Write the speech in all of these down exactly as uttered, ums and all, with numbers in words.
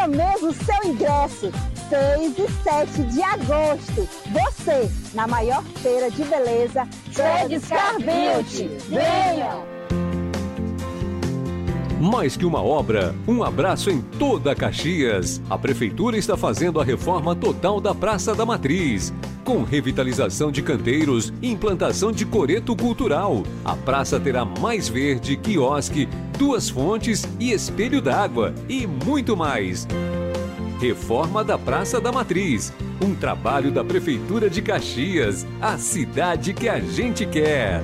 mesmo o seu ingresso. seis e sete de agosto. Você, na maior feira de beleza, Tredescar Beauty. Venham! Mais que uma obra, um abraço em toda Caxias. A Prefeitura está fazendo a reforma total da Praça da Matriz, com revitalização de canteiros e implantação de coreto cultural. A praça terá mais verde, quiosque, duas fontes e espelho d'água e muito mais. Reforma da Praça da Matriz, um trabalho da Prefeitura de Caxias, a cidade que a gente quer.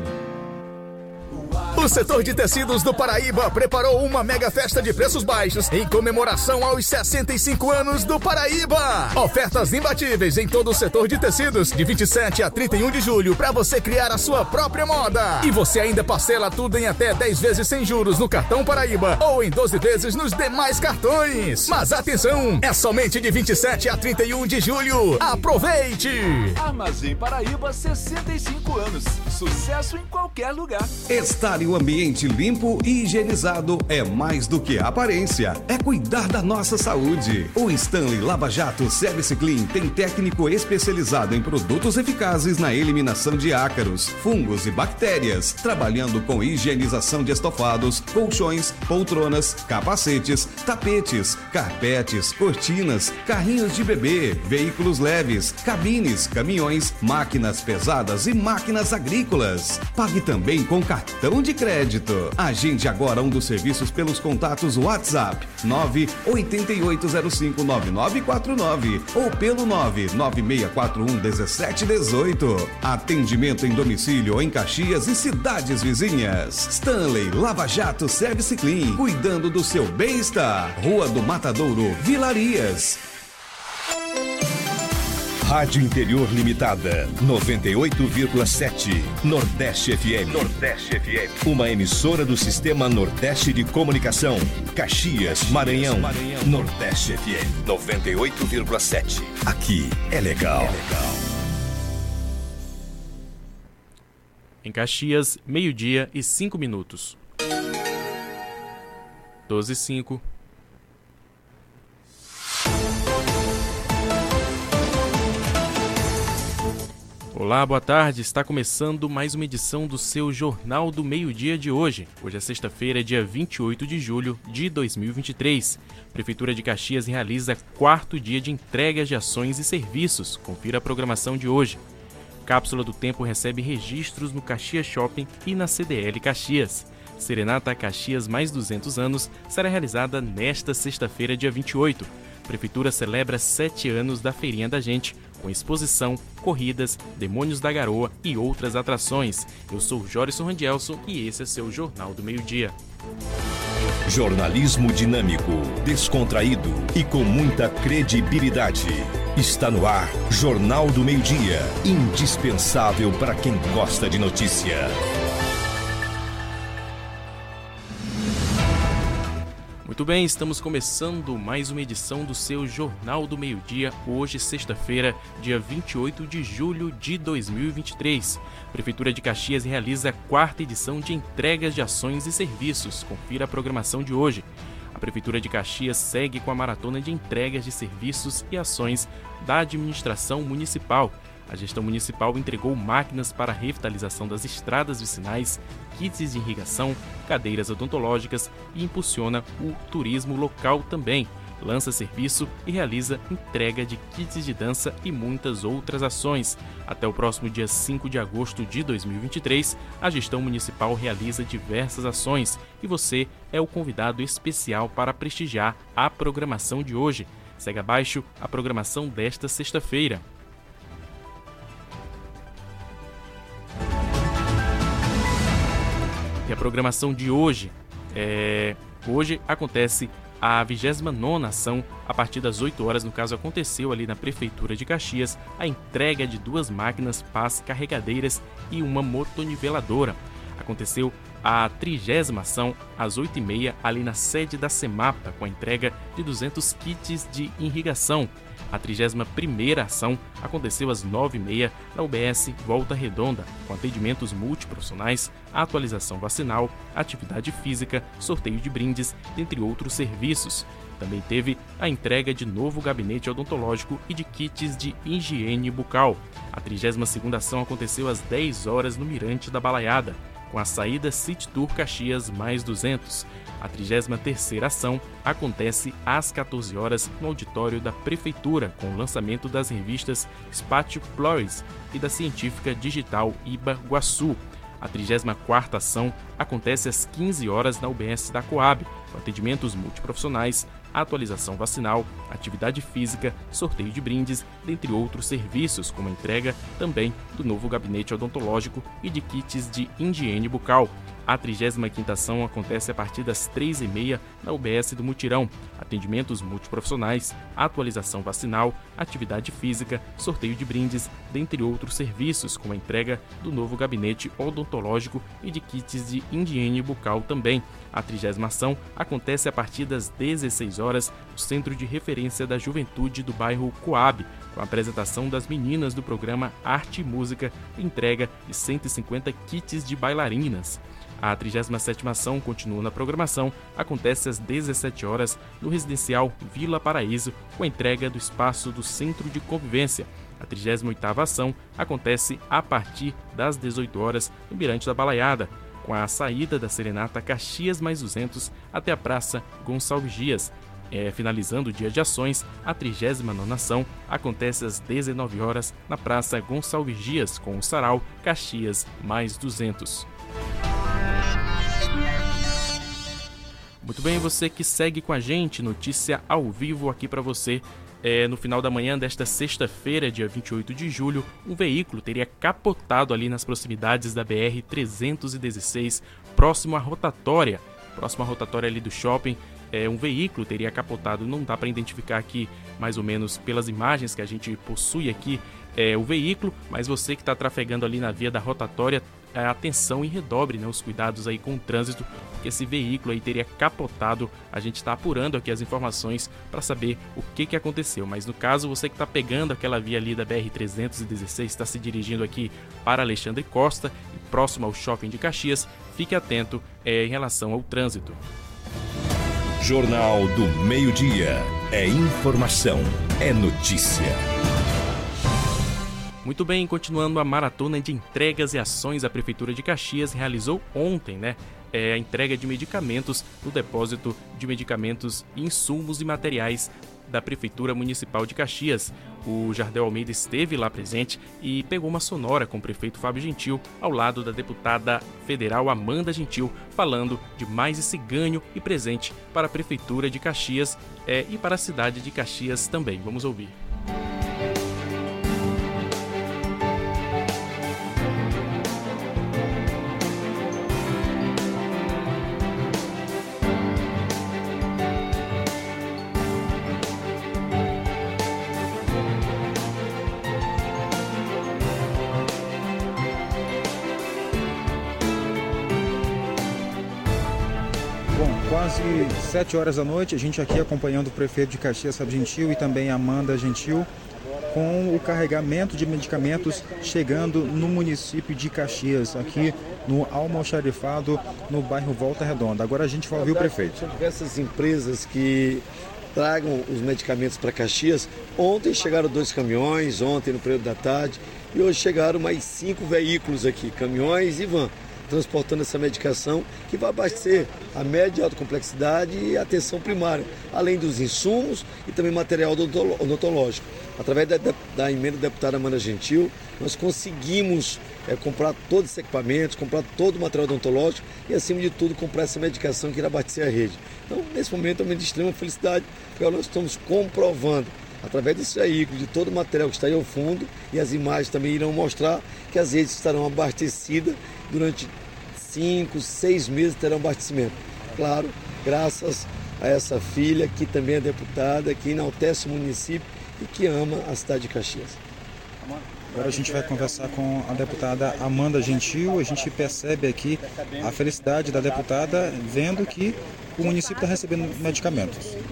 O setor de tecidos do Paraíba preparou uma mega festa de preços baixos em comemoração aos sessenta e cinco anos do Paraíba. Ofertas imbatíveis em todo o setor de tecidos de vinte e sete a trinta e um de julho para você criar a sua própria moda. E você ainda parcela tudo em até dez vezes sem juros no cartão Paraíba ou em doze vezes nos demais cartões. Mas atenção, é somente de vinte e sete a trinta e um de julho. Aproveite! Armazém Paraíba, sessenta e cinco anos. Sucesso em qualquer lugar. Estar em um ambiente limpo e higienizado é mais do que aparência, é cuidar da nossa saúde. O Stanley Lava Jato Service Clean tem técnico especializado em produtos eficazes na eliminação de ácaros, fungos e bactérias, trabalhando com higienização de estofados, colchões, poltronas, capacetes, tapetes, carpetes, cortinas, carrinhos de bebê, veículos leves, cabines, caminhões, máquinas pesadas e máquinas agrícolas. Pague também com cartão de crédito. Agende agora um dos serviços pelos contatos WhatsApp nove oito oito zero cinco nove nove quatro nove ou pelo nove nove seis quatro um um sete um oito. Atendimento em domicílio em Caxias e cidades vizinhas. Stanley Lava Jato Service Clean, cuidando do seu bem-estar. Rua do Matadouro, Vilarias. Rádio Interior Limitada, noventa e oito vírgula sete, Nordeste F M. Nordeste F M. Uma emissora do Sistema Nordeste de Comunicação. Caxias, Maranhão. Maranhão. Nordeste F M, noventa e oito vírgula sete. Aqui é legal. É legal. Em Caxias, meio-dia e cinco minutos. doze e cinco. Olá, boa tarde. Está começando mais uma edição do seu Jornal do Meio-Dia de hoje. Hoje é sexta-feira, dia vinte e oito de julho de dois mil e vinte e três. Prefeitura de Caxias realiza quarto dia de entregas de ações e serviços. Confira a programação de hoje. Cápsula do Tempo recebe registros no Caxias Shopping e na C D L Caxias. Serenata Caxias mais duzentos anos será realizada nesta sexta-feira, dia vinte e oito. Prefeitura celebra sete anos da Feirinha da Gente, com exposição, corridas, demônios da garoa e outras atrações. Eu sou o Jorison Randielson e esse é seu Jornal do Meio-Dia. Jornalismo dinâmico, descontraído e com muita credibilidade. Está no ar, Jornal do Meio-Dia, indispensável para quem gosta de notícia. Muito bem, estamos começando mais uma edição do seu Jornal do Meio-Dia, hoje sexta-feira, dia vinte e oito de julho de dois mil e vinte e três. Prefeitura de Caxias realiza a quarta edição de entregas de ações e serviços. Confira a programação de hoje. A Prefeitura de Caxias segue com a maratona de entregas de serviços e ações da administração municipal. A gestão municipal entregou máquinas para a revitalização das estradas vicinais, kits de irrigação, cadeiras odontológicas e impulsiona o turismo local também. Lança serviço e realiza entrega de kits de dança e muitas outras ações. Até o próximo dia cinco de agosto de dois mil e vinte e três, a gestão municipal realiza diversas ações e você é o convidado especial para prestigiar a programação de hoje. Segue abaixo a programação desta sexta-feira. E a programação de hoje, é... hoje acontece a vigésima nona ação, a partir das oito horas, no caso aconteceu ali na Prefeitura de Caxias, a entrega de duas máquinas pás carregadeiras e uma motoniveladora. Aconteceu a trigésima ação, às oito e meia, ali na sede da Semapa, com a entrega de duzentos kits de irrigação. A trigésima primeira ação aconteceu às nove e meia na U B S Volta Redonda, com atendimentos multiprofissionais, atualização vacinal, atividade física, sorteio de brindes, dentre outros serviços. Também teve a entrega de novo gabinete odontológico e de kits de higiene bucal. A trigésima segunda ação aconteceu às dez horas no Mirante da Balaiada, com a saída City Tour Caxias mais duzentos. A trigésima terceira ação acontece às quatorze horas no auditório da Prefeitura, com o lançamento das revistas Spatio Flores e da científica digital Iba Guaçu. A trigésima quarta ação acontece às quinze horas na U B S da Coab, com atendimentos multiprofissionais, atualização vacinal, atividade física, sorteio de brindes, dentre outros serviços, como a entrega também do novo gabinete odontológico e de kits de higiene bucal. A trigésima quinta ação acontece a partir das três e meia na U B S do Mutirão. Atendimentos multiprofissionais, atualização vacinal, atividade física, sorteio de brindes, dentre outros serviços, como a entrega do novo gabinete odontológico e de kits de higiene bucal também. A trigésima ação acontece a partir das dezesseis horas no Centro de Referência da Juventude do bairro Coab, com a apresentação das meninas do programa Arte e Música e entrega de cento e cinquenta kits de bailarinas. A trigésima sétima ação continua na programação, acontece às dezessete horas no residencial Vila Paraíso, com a entrega do espaço do Centro de Convivência. A trigésima oitava ação acontece a partir das dezoito horas no Mirante da Balaiada, com a saída da Serenata Caxias mais duzentos até a Praça Gonçalves Dias. É, finalizando o dia de ações, a trigésima nona ação acontece às dezenove horas na Praça Gonçalves Dias, com o Sarau Caxias mais duzentos. Muito bem, você que segue com a gente, notícia ao vivo aqui para você. É, no final da manhã desta sexta-feira, dia vinte e oito de julho, um veículo teria capotado ali nas proximidades da B R trezentos e dezesseis, próximo à rotatória, próximo à rotatória ali do shopping. É, um veículo teria capotado, não dá para identificar aqui mais ou menos pelas imagens que a gente possui aqui é, o veículo, mas você que está trafegando ali na via da rotatória, atenção e redobre, né, os cuidados aí com o trânsito, porque esse veículo aí teria capotado. A gente está apurando aqui as informações para saber o que, que aconteceu, mas no caso você que está pegando aquela via ali da B R trezentos e dezesseis, está se dirigindo aqui para Alexandre Costa, próximo ao shopping de Caxias, fique atento é, em relação ao trânsito. Jornal do Meio-Dia. É informação, é notícia. Muito bem, continuando a maratona de entregas e ações, a Prefeitura de Caxias realizou ontem, né, é, a entrega de medicamentos no depósito de medicamentos, insumos e materiais da Prefeitura Municipal de Caxias. O Jardel Almeida esteve lá presente e pegou uma sonora com o prefeito Fábio Gentil, ao lado da deputada federal Amanda Gentil, falando de mais esse ganho e presente para a Prefeitura de Caxias é, e para a cidade de Caxias também. Vamos ouvir. Quase sete horas da noite, a gente aqui acompanhando o prefeito de Caxias, Fábio Gentil, e também a Amanda Gentil, com o carregamento de medicamentos chegando no município de Caxias, aqui no almoxarifado, no bairro Volta Redonda. Agora a gente vai ouvir o prefeito. São diversas empresas que tragam os medicamentos para Caxias. Ontem chegaram dois caminhões, ontem no período da tarde, e hoje chegaram mais cinco veículos aqui, caminhões e van, transportando essa medicação que vai abastecer a média e alta complexidade e a atenção primária, além dos insumos e também material odontológico. Através da, da emenda da deputada Amanda Gentil, nós conseguimos é, comprar todos esses equipamentos, comprar todo o material odontológico e, acima de tudo, comprar essa medicação que irá abastecer a rede. Então, nesse momento, é um momento de extrema felicidade, porque nós estamos comprovando, através desse veículo, de todo o material que está aí ao fundo, e as imagens também irão mostrar que as redes estarão abastecidas durante cinco, seis meses, terão abastecimento. Claro, graças a essa filha que também é deputada, que enaltece o município e que ama a cidade de Caxias. Agora a gente vai conversar com a deputada Amanda Gentil. A gente percebe aqui a felicidade da deputada vendo que o município está recebendo medicamentos. Se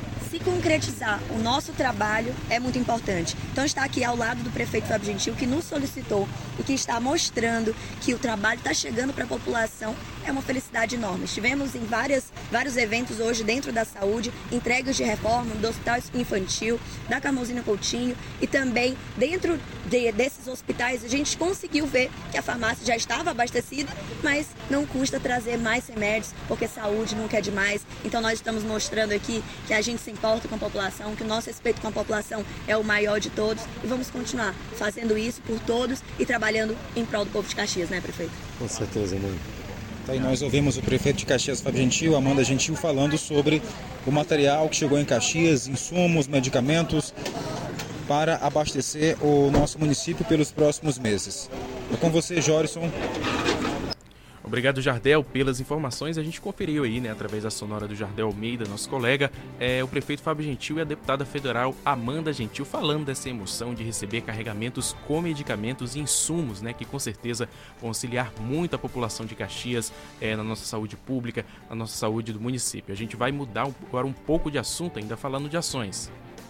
concretizar o nosso trabalho é muito importante. Então, estar aqui ao lado do prefeito Fábio Gentil, que nos solicitou e que está mostrando que o trabalho está chegando para a população, é uma felicidade enorme. Estivemos em várias, vários eventos hoje dentro da saúde, entregas de reforma do Hospital Infantil, da Carmozina Coutinho, e também dentro de, desses hospitais a gente conseguiu ver que a farmácia já estava abastecida, mas não custa trazer mais remédios, porque saúde nunca é demais. Então nós estamos mostrando aqui que a gente se importa com a população, que o nosso respeito com a população é o maior de todos, e vamos continuar fazendo isso por todos e trabalhando em prol do povo de Caxias, né, prefeito? Com certeza, mãe. Tá, e nós ouvimos o prefeito de Caxias, Fábio Gentil, Amanda Gentil, falando sobre o material que chegou em Caxias, insumos, medicamentos, para abastecer o nosso município pelos próximos meses. É com você, Jorison. Obrigado, Jardel, pelas informações. A gente conferiu aí, né, através da sonora do Jardel Almeida, nosso colega, é, o prefeito Fábio Gentil e a deputada federal Amanda Gentil falando dessa emoção de receber carregamentos com medicamentos e insumos, né, que com certeza vão auxiliar muito a população de Caxias é, na nossa saúde pública, na nossa saúde do município. A gente vai mudar agora um pouco de assunto, ainda falando de ações.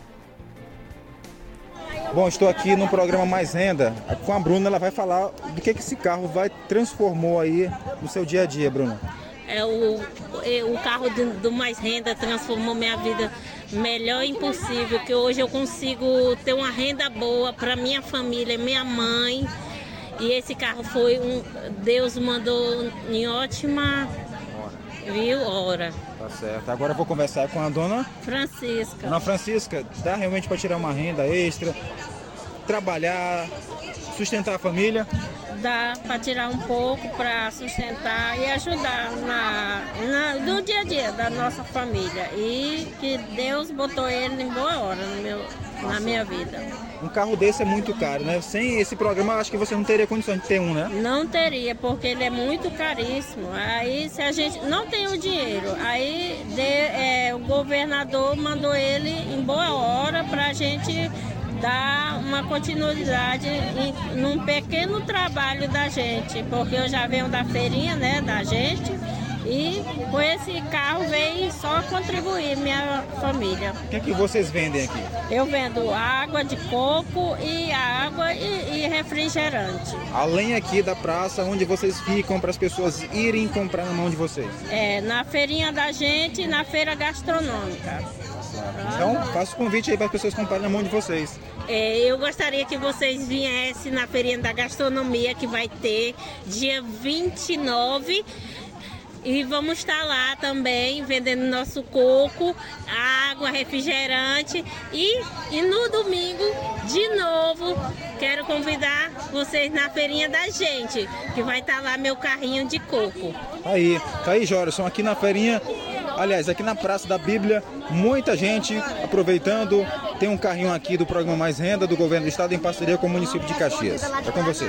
Bom, estou aqui no programa Mais Renda com a Bruna. Ela vai falar do que esse carro vai transformou aí no seu dia a dia, Bruna. É, o, o carro do, do Mais Renda transformou minha vida melhor impossível, que hoje eu consigo ter uma renda boa para minha família, minha mãe. E esse carro foi um... Deus mandou em ótima viu, hora. Tá certo. Agora eu vou conversar com a dona Francisca. Dona Francisca, dá realmente para tirar uma renda extra, trabalhar, sustentar a família? Dá para tirar um pouco para sustentar e ajudar na, na, no dia a dia da nossa família. E que Deus botou ele em boa hora no meu, na minha vida. Um carro desse é muito caro, né? Sem esse programa, acho que você não teria condições de ter um, né? Não teria, porque ele é muito caríssimo. Aí, se a gente não tem o dinheiro, aí de, é, o governador mandou ele em boa hora para a gente dar uma continuidade em, num pequeno trabalho da gente, porque eu já venho da feirinha, né, da gente, e com esse carro veio só contribuir minha família. O que é que vocês vendem aqui? Eu vendo água de coco e água e, e refrigerante. Além aqui da praça, onde vocês ficam para as pessoas irem comprar na mão de vocês? É, na feirinha da gente e na feira gastronômica. Então, faço o convite aí para as pessoas comprarem na mão de vocês. É, eu gostaria que vocês viessem na feirinha da gastronomia, que vai ter dia vinte e nove. E vamos estar lá também vendendo nosso coco, água, refrigerante. E, e no domingo, de novo, quero convidar vocês na feirinha da gente, que vai estar lá meu carrinho de coco. Aí, tá aí, Jorison, aqui na feirinha, aliás, aqui na Praça da Bíblia, muita gente aproveitando. Tem um carrinho aqui do programa Mais Renda, do Governo do Estado, em parceria com o município de Caxias. É com você.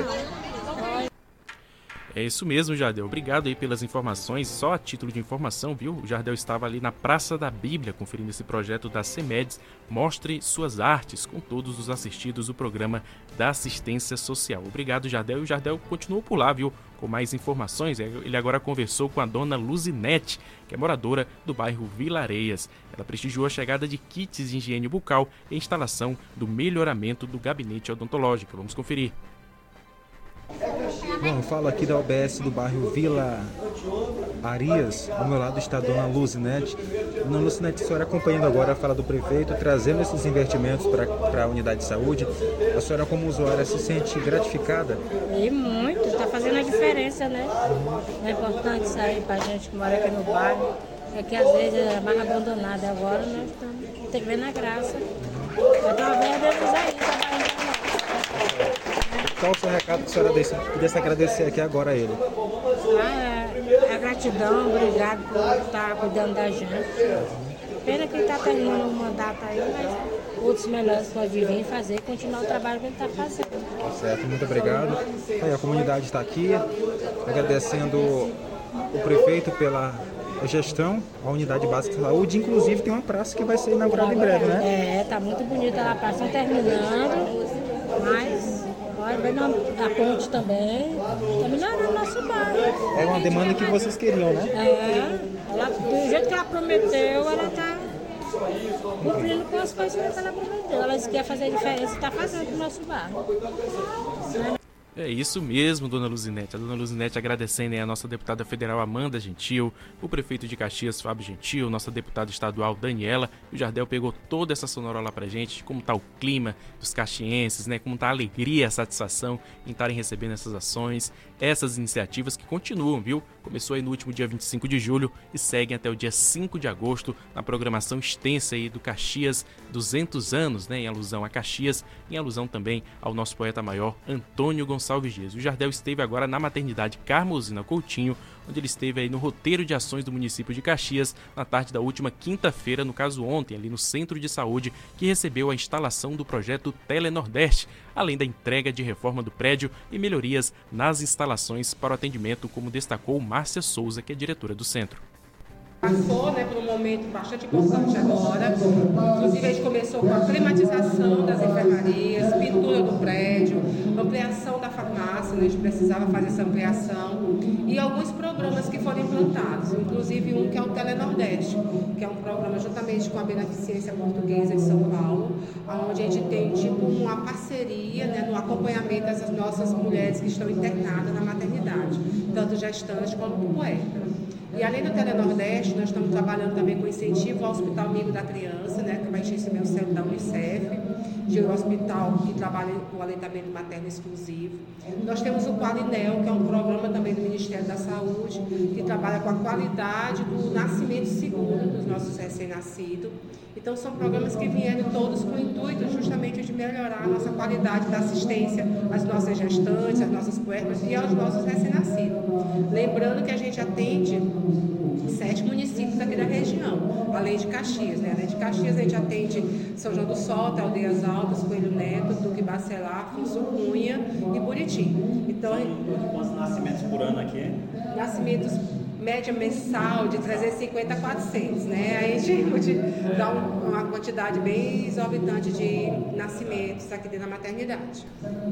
É isso mesmo, Jardel. Obrigado aí pelas informações. Só a título de informação, viu? O Jardel estava ali na Praça da Bíblia, conferindo esse projeto da CEMEDES, Mostre Suas Artes, com todos os assistidos do programa da assistência social. Obrigado, Jardel. E o Jardel continuou por lá, viu? Com mais informações. Ele agora conversou com a dona Luzinete, que é moradora do bairro Vila Areias. Ela prestigiou a chegada de kits de higiene bucal e instalação do melhoramento do gabinete odontológico. Vamos conferir. Bom, eu falo aqui da O B S do bairro Vila Arias. Ao meu lado está a dona Luzinete. Dona Luzinete, a senhora acompanhando agora a fala do prefeito, trazendo esses investimentos para a unidade de saúde. A senhora, como usuária, se sente gratificada? E muito, está fazendo a diferença, né? É importante isso aí para a gente que mora aqui no bairro. É que às vezes é mais abandonado. Agora nós estamos tem que ver na graça. Então, vendemos aí, trabalhando. Qual o seu recado que a senhora pudesse agradecer aqui agora a ele? Ah, é, a gratidão, obrigado por estar cuidando da gente. Pena que ele está terminando o mandato aí, mas outros melhores podem vir fazer e continuar o trabalho que ele está fazendo. Tá certo, muito obrigado. Aí, a comunidade está aqui, agradecendo o prefeito pela gestão, a unidade básica de saúde, inclusive tem uma praça que vai ser inaugurada em breve, né? É, está muito bonita lá, a praça está terminando, mas... Vai ver a ponte também, está melhorando o nosso bairro. É uma demanda que vocês queriam, né? É, ela, do jeito que ela prometeu, ela está cumprindo com as coisas que ela prometeu. Ela disse que ia fazer diferença e está fazendo no nosso bairro. É isso mesmo, dona Luzinete. A dona Luzinete agradecendo aí a nossa deputada federal Amanda Gentil, o prefeito de Caxias, Fábio Gentil, nossa deputada estadual Daniela. E o Jardel pegou toda essa sonora lá pra gente, de como tá o clima dos caxienses, né? Como tá a alegria, a satisfação em estarem recebendo essas ações, essas iniciativas que continuam, viu? Começou aí no último dia vinte e cinco de julho e seguem até o dia cinco de agosto na programação extensa aí do Caxias duzentos anos, né? Em alusão a Caxias, em alusão também ao nosso poeta maior Antônio Gonçalves Dias. O Jardel esteve agora na maternidade Carmozina Coutinho, onde ele esteve aí no roteiro de ações do município de Caxias na tarde da última quinta-feira, no caso ontem, ali no Centro de Saúde, que recebeu a instalação do projeto Telenordeste, além da entrega de reforma do prédio e melhorias nas instalações para o atendimento, como destacou Márcia Souza, que é diretora do centro. Passou, né, por um momento bastante importante agora. Inclusive, a gente começou com a climatização das enfermarias, pintura do prédio, ampliação da farmácia, né, a gente precisava fazer essa ampliação, e alguns programas que foram implantados, inclusive um que é o Telenordeste, que é um programa juntamente com a Beneficência Portuguesa de São Paulo, onde a gente tem tipo uma parceria, né, no acompanhamento dessas nossas mulheres que estão internadas na maternidade, tanto gestantes quanto puerpera. E além do Telenordeste, nós estamos trabalhando também com incentivo ao Hospital Amigo da Criança, né, que vai receber o selo da Unicef, de um hospital que trabalha com aleitamento materno exclusivo. Nós temos o Qualinel, que é um programa também do Ministério da Saúde, que trabalha com a qualidade do nascimento seguro dos nossos recém-nascidos. Então, são programas que vieram todos com o intuito justamente de melhorar a nossa qualidade da assistência às nossas gestantes, às nossas puérperas e aos nossos recém-nascidos. Lembrando que a gente atende sete municípios aqui da região, além de Caxias, né? Além de Caxias, a gente atende São João do Sol, Aldeias Altas, Coelho Neto, Duque Bacelar, Afonso Cunha e Buriti. Então, quantos nascimentos por ano aqui? Nascimentos média mensal de trezentos e cinquenta a quatrocentos, né? Aí a gente dá uma quantidade bem exorbitante de nascimentos aqui dentro da maternidade.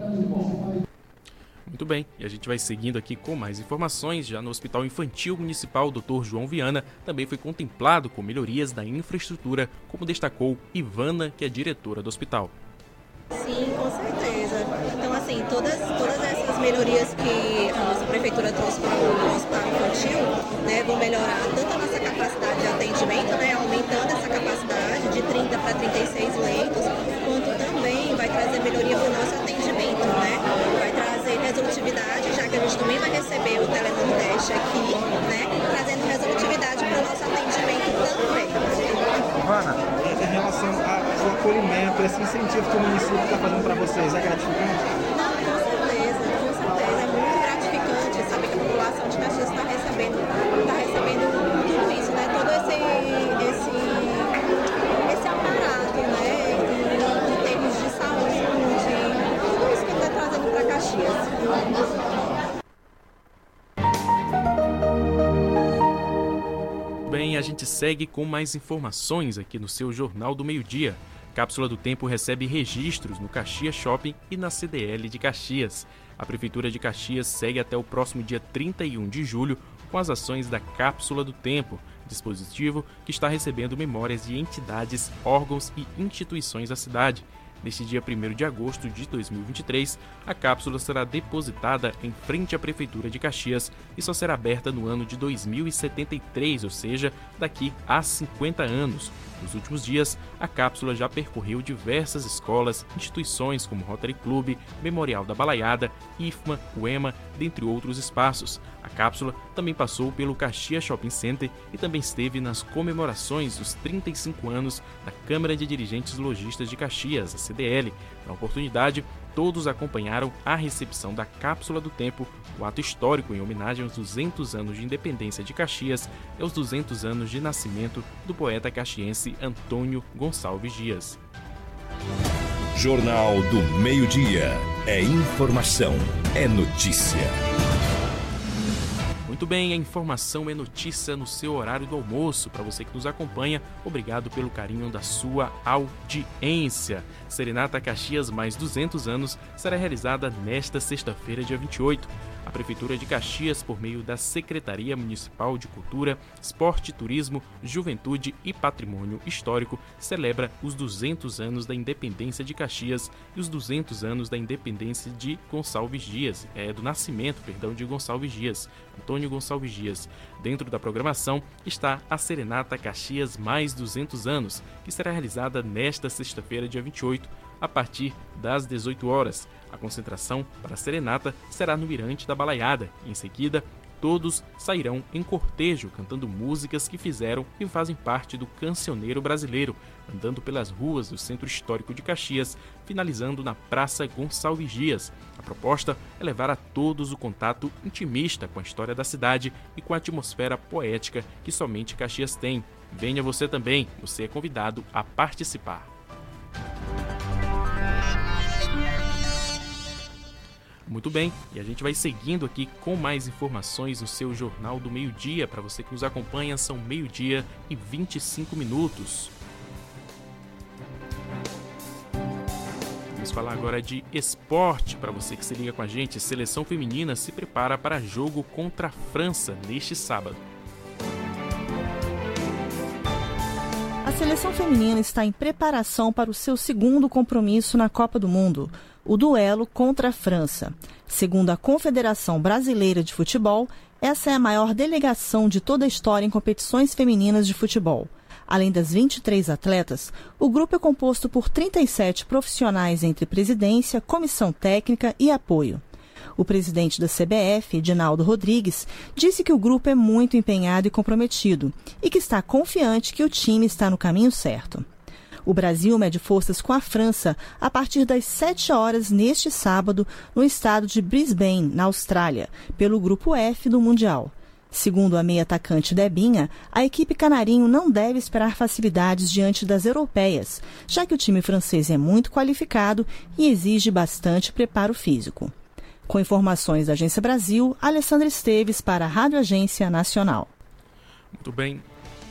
Muito bem, e a gente vai seguindo aqui com mais informações. Já no Hospital Infantil Municipal doutor João Viana também foi contemplado com melhorias da infraestrutura, como destacou Ivana, que é diretora do hospital. Sim, com certeza. Então, assim, todas, todas essas melhorias que a nossa prefeitura trouxe para o hospital infantil, né, vão melhorar tanto a nossa capacidade de atendimento, né, aumentando essa capacidade de trinta para trinta e seis leitos, quanto também vai trazer melhoria para o nosso atendimento, né? Vai trazer resolutividade, já que a gente também vai receber o Telenordeste aqui, né, trazendo resolutividade para o nosso atendimento também. Ivana, em relação ao acolhimento, esse incentivo que o município está fazendo para vocês, é gratificante? Não, com certeza, com certeza. É muito gratificante saber que a população de Caxias está recebendo, está recebendo tudo isso, né? Todo esse, esse, esse aparato, né? Em, em termos de saúde, tudo isso que está trazendo para Caxias. Bem, a gente segue com mais informações aqui no seu Jornal do Meio-Dia. Cápsula do Tempo recebe registros no Caxias Shopping e na C D L de Caxias. A Prefeitura de Caxias segue até o próximo dia trinta e um de julho com as ações da Cápsula do Tempo, dispositivo que está recebendo memórias de entidades, órgãos e instituições da cidade. Neste dia primeiro de agosto de dois mil e vinte e três, a cápsula será depositada em frente à Prefeitura de Caxias e só será aberta no ano de dois mil e setenta e três, ou seja, daqui a cinquenta anos. Nos últimos dias, a cápsula já percorreu diversas escolas, instituições como Rotary Club, Memorial da Balaiada, I F M A, U E M A, dentre outros espaços. A cápsula também passou pelo Caxias Shopping Center e também esteve nas comemorações dos trinta e cinco anos da Câmara de Dirigentes Lojistas de Caxias, a C D L. Na oportunidade, todos acompanharam a recepção da Cápsula do Tempo, o ato histórico em homenagem aos duzentos anos de independência de Caxias e aos duzentos anos de nascimento do poeta caxiense Antônio Gonçalves Dias. Jornal do Meio-Dia. É informação, é notícia. Muito bem, a informação é notícia no seu horário do almoço. Para você que nos acompanha, obrigado pelo carinho da sua audiência. Serenata Caxias mais duzentos anos será realizada nesta sexta-feira, dia vinte e oito. A Prefeitura de Caxias, por meio da Secretaria Municipal de Cultura, Esporte, Turismo, Juventude e Patrimônio Histórico, celebra os duzentos anos da independência de Caxias e os duzentos anos da independência de Gonçalves Dias, é, do nascimento, perdão, de Gonçalves Dias, Antônio Gonçalves Dias. Dentro da programação está a Serenata Caxias Mais duzentos anos, que será realizada nesta sexta-feira, dia vinte e oito, a partir das dezoito horas. A concentração para a serenata será no Mirante da Balaiada e, em seguida, todos sairão em cortejo cantando músicas que fizeram e fazem parte do cancioneiro brasileiro, andando pelas ruas do Centro Histórico de Caxias, finalizando na Praça Gonçalves Dias. A proposta é levar a todos o contato intimista com a história da cidade e com a atmosfera poética que somente Caxias tem. Venha você também, você é convidado a participar. Muito bem, e a gente vai seguindo aqui com mais informações no seu Jornal do Meio-Dia. Para você que nos acompanha, são meio-dia e vinte e cinco minutos. Vamos falar agora de esporte. Para você que se liga com a gente, Seleção Feminina se prepara para jogo contra a França neste sábado. A Seleção Feminina está em preparação para o seu segundo compromisso na Copa do Mundo, o duelo contra a França. Segundo a Confederação Brasileira de Futebol, essa é a maior delegação de toda a história em competições femininas de futebol. Além das vinte e três atletas, o grupo é composto por trinta e sete profissionais entre presidência, comissão técnica e apoio. O presidente da C B F, Edinaldo Rodrigues, disse que o grupo é muito empenhado e comprometido e que está confiante que o time está no caminho certo. O Brasil mede forças com a França a partir das sete horas neste sábado no estado de Brisbane, na Austrália, pelo Grupo F do Mundial. Segundo a meia-atacante Debinha, a equipe canarinho não deve esperar facilidades diante das europeias, já que o time francês é muito qualificado e exige bastante preparo físico. Com informações da Agência Brasil, Alessandra Esteves para a Rádio Agência Nacional. Muito bem.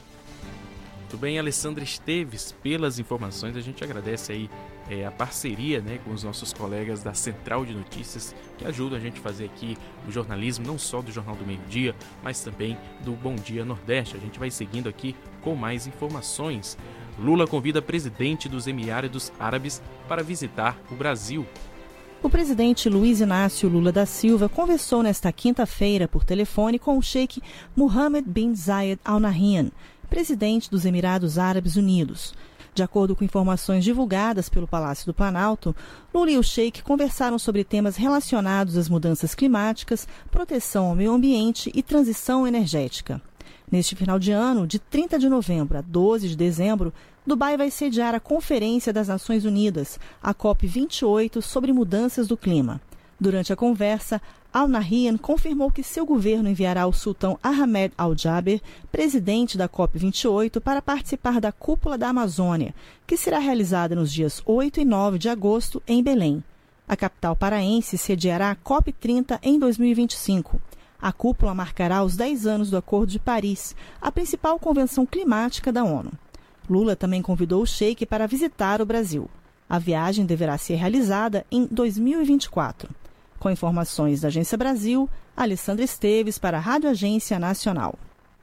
Muito bem, Alessandra Esteves, pelas informações. A gente agradece aí é, a parceria, né, com os nossos colegas da Central de Notícias, que ajudam a gente a fazer aqui o jornalismo, não só do Jornal do Meio-Dia, mas também do Bom Dia Nordeste. A gente vai seguindo aqui com mais informações. Lula convida presidente dos Emirados Árabes para visitar o Brasil. O presidente Luiz Inácio Lula da Silva conversou nesta quinta-feira por telefone com o sheik Mohammed bin Zayed Al Nahyan, presidente dos Emirados Árabes Unidos. De acordo com informações divulgadas pelo Palácio do Planalto, Lula e o sheik conversaram sobre temas relacionados às mudanças climáticas, proteção ao meio ambiente e transição energética. Neste final de ano, de trinta de novembro a doze de dezembro, Dubai vai sediar a Conferência das Nações Unidas, a COP vinte e oito, sobre mudanças do clima. Durante a conversa, Al Nahyan confirmou que seu governo enviará o sultão Ahmed Al-Jaber, presidente da COP vinte e oito, para participar da Cúpula da Amazônia, que será realizada nos dias oito e nove de agosto em Belém. A capital paraense sediará a COP trinta em dois mil e vinte e cinco. A cúpula marcará os dez anos do Acordo de Paris, a principal convenção climática da ONU. Lula também convidou o sheik para visitar o Brasil. A viagem deverá ser realizada em dois mil e vinte e quatro. Com informações da Agência Brasil, Alessandra Esteves para a Rádio Agência Nacional.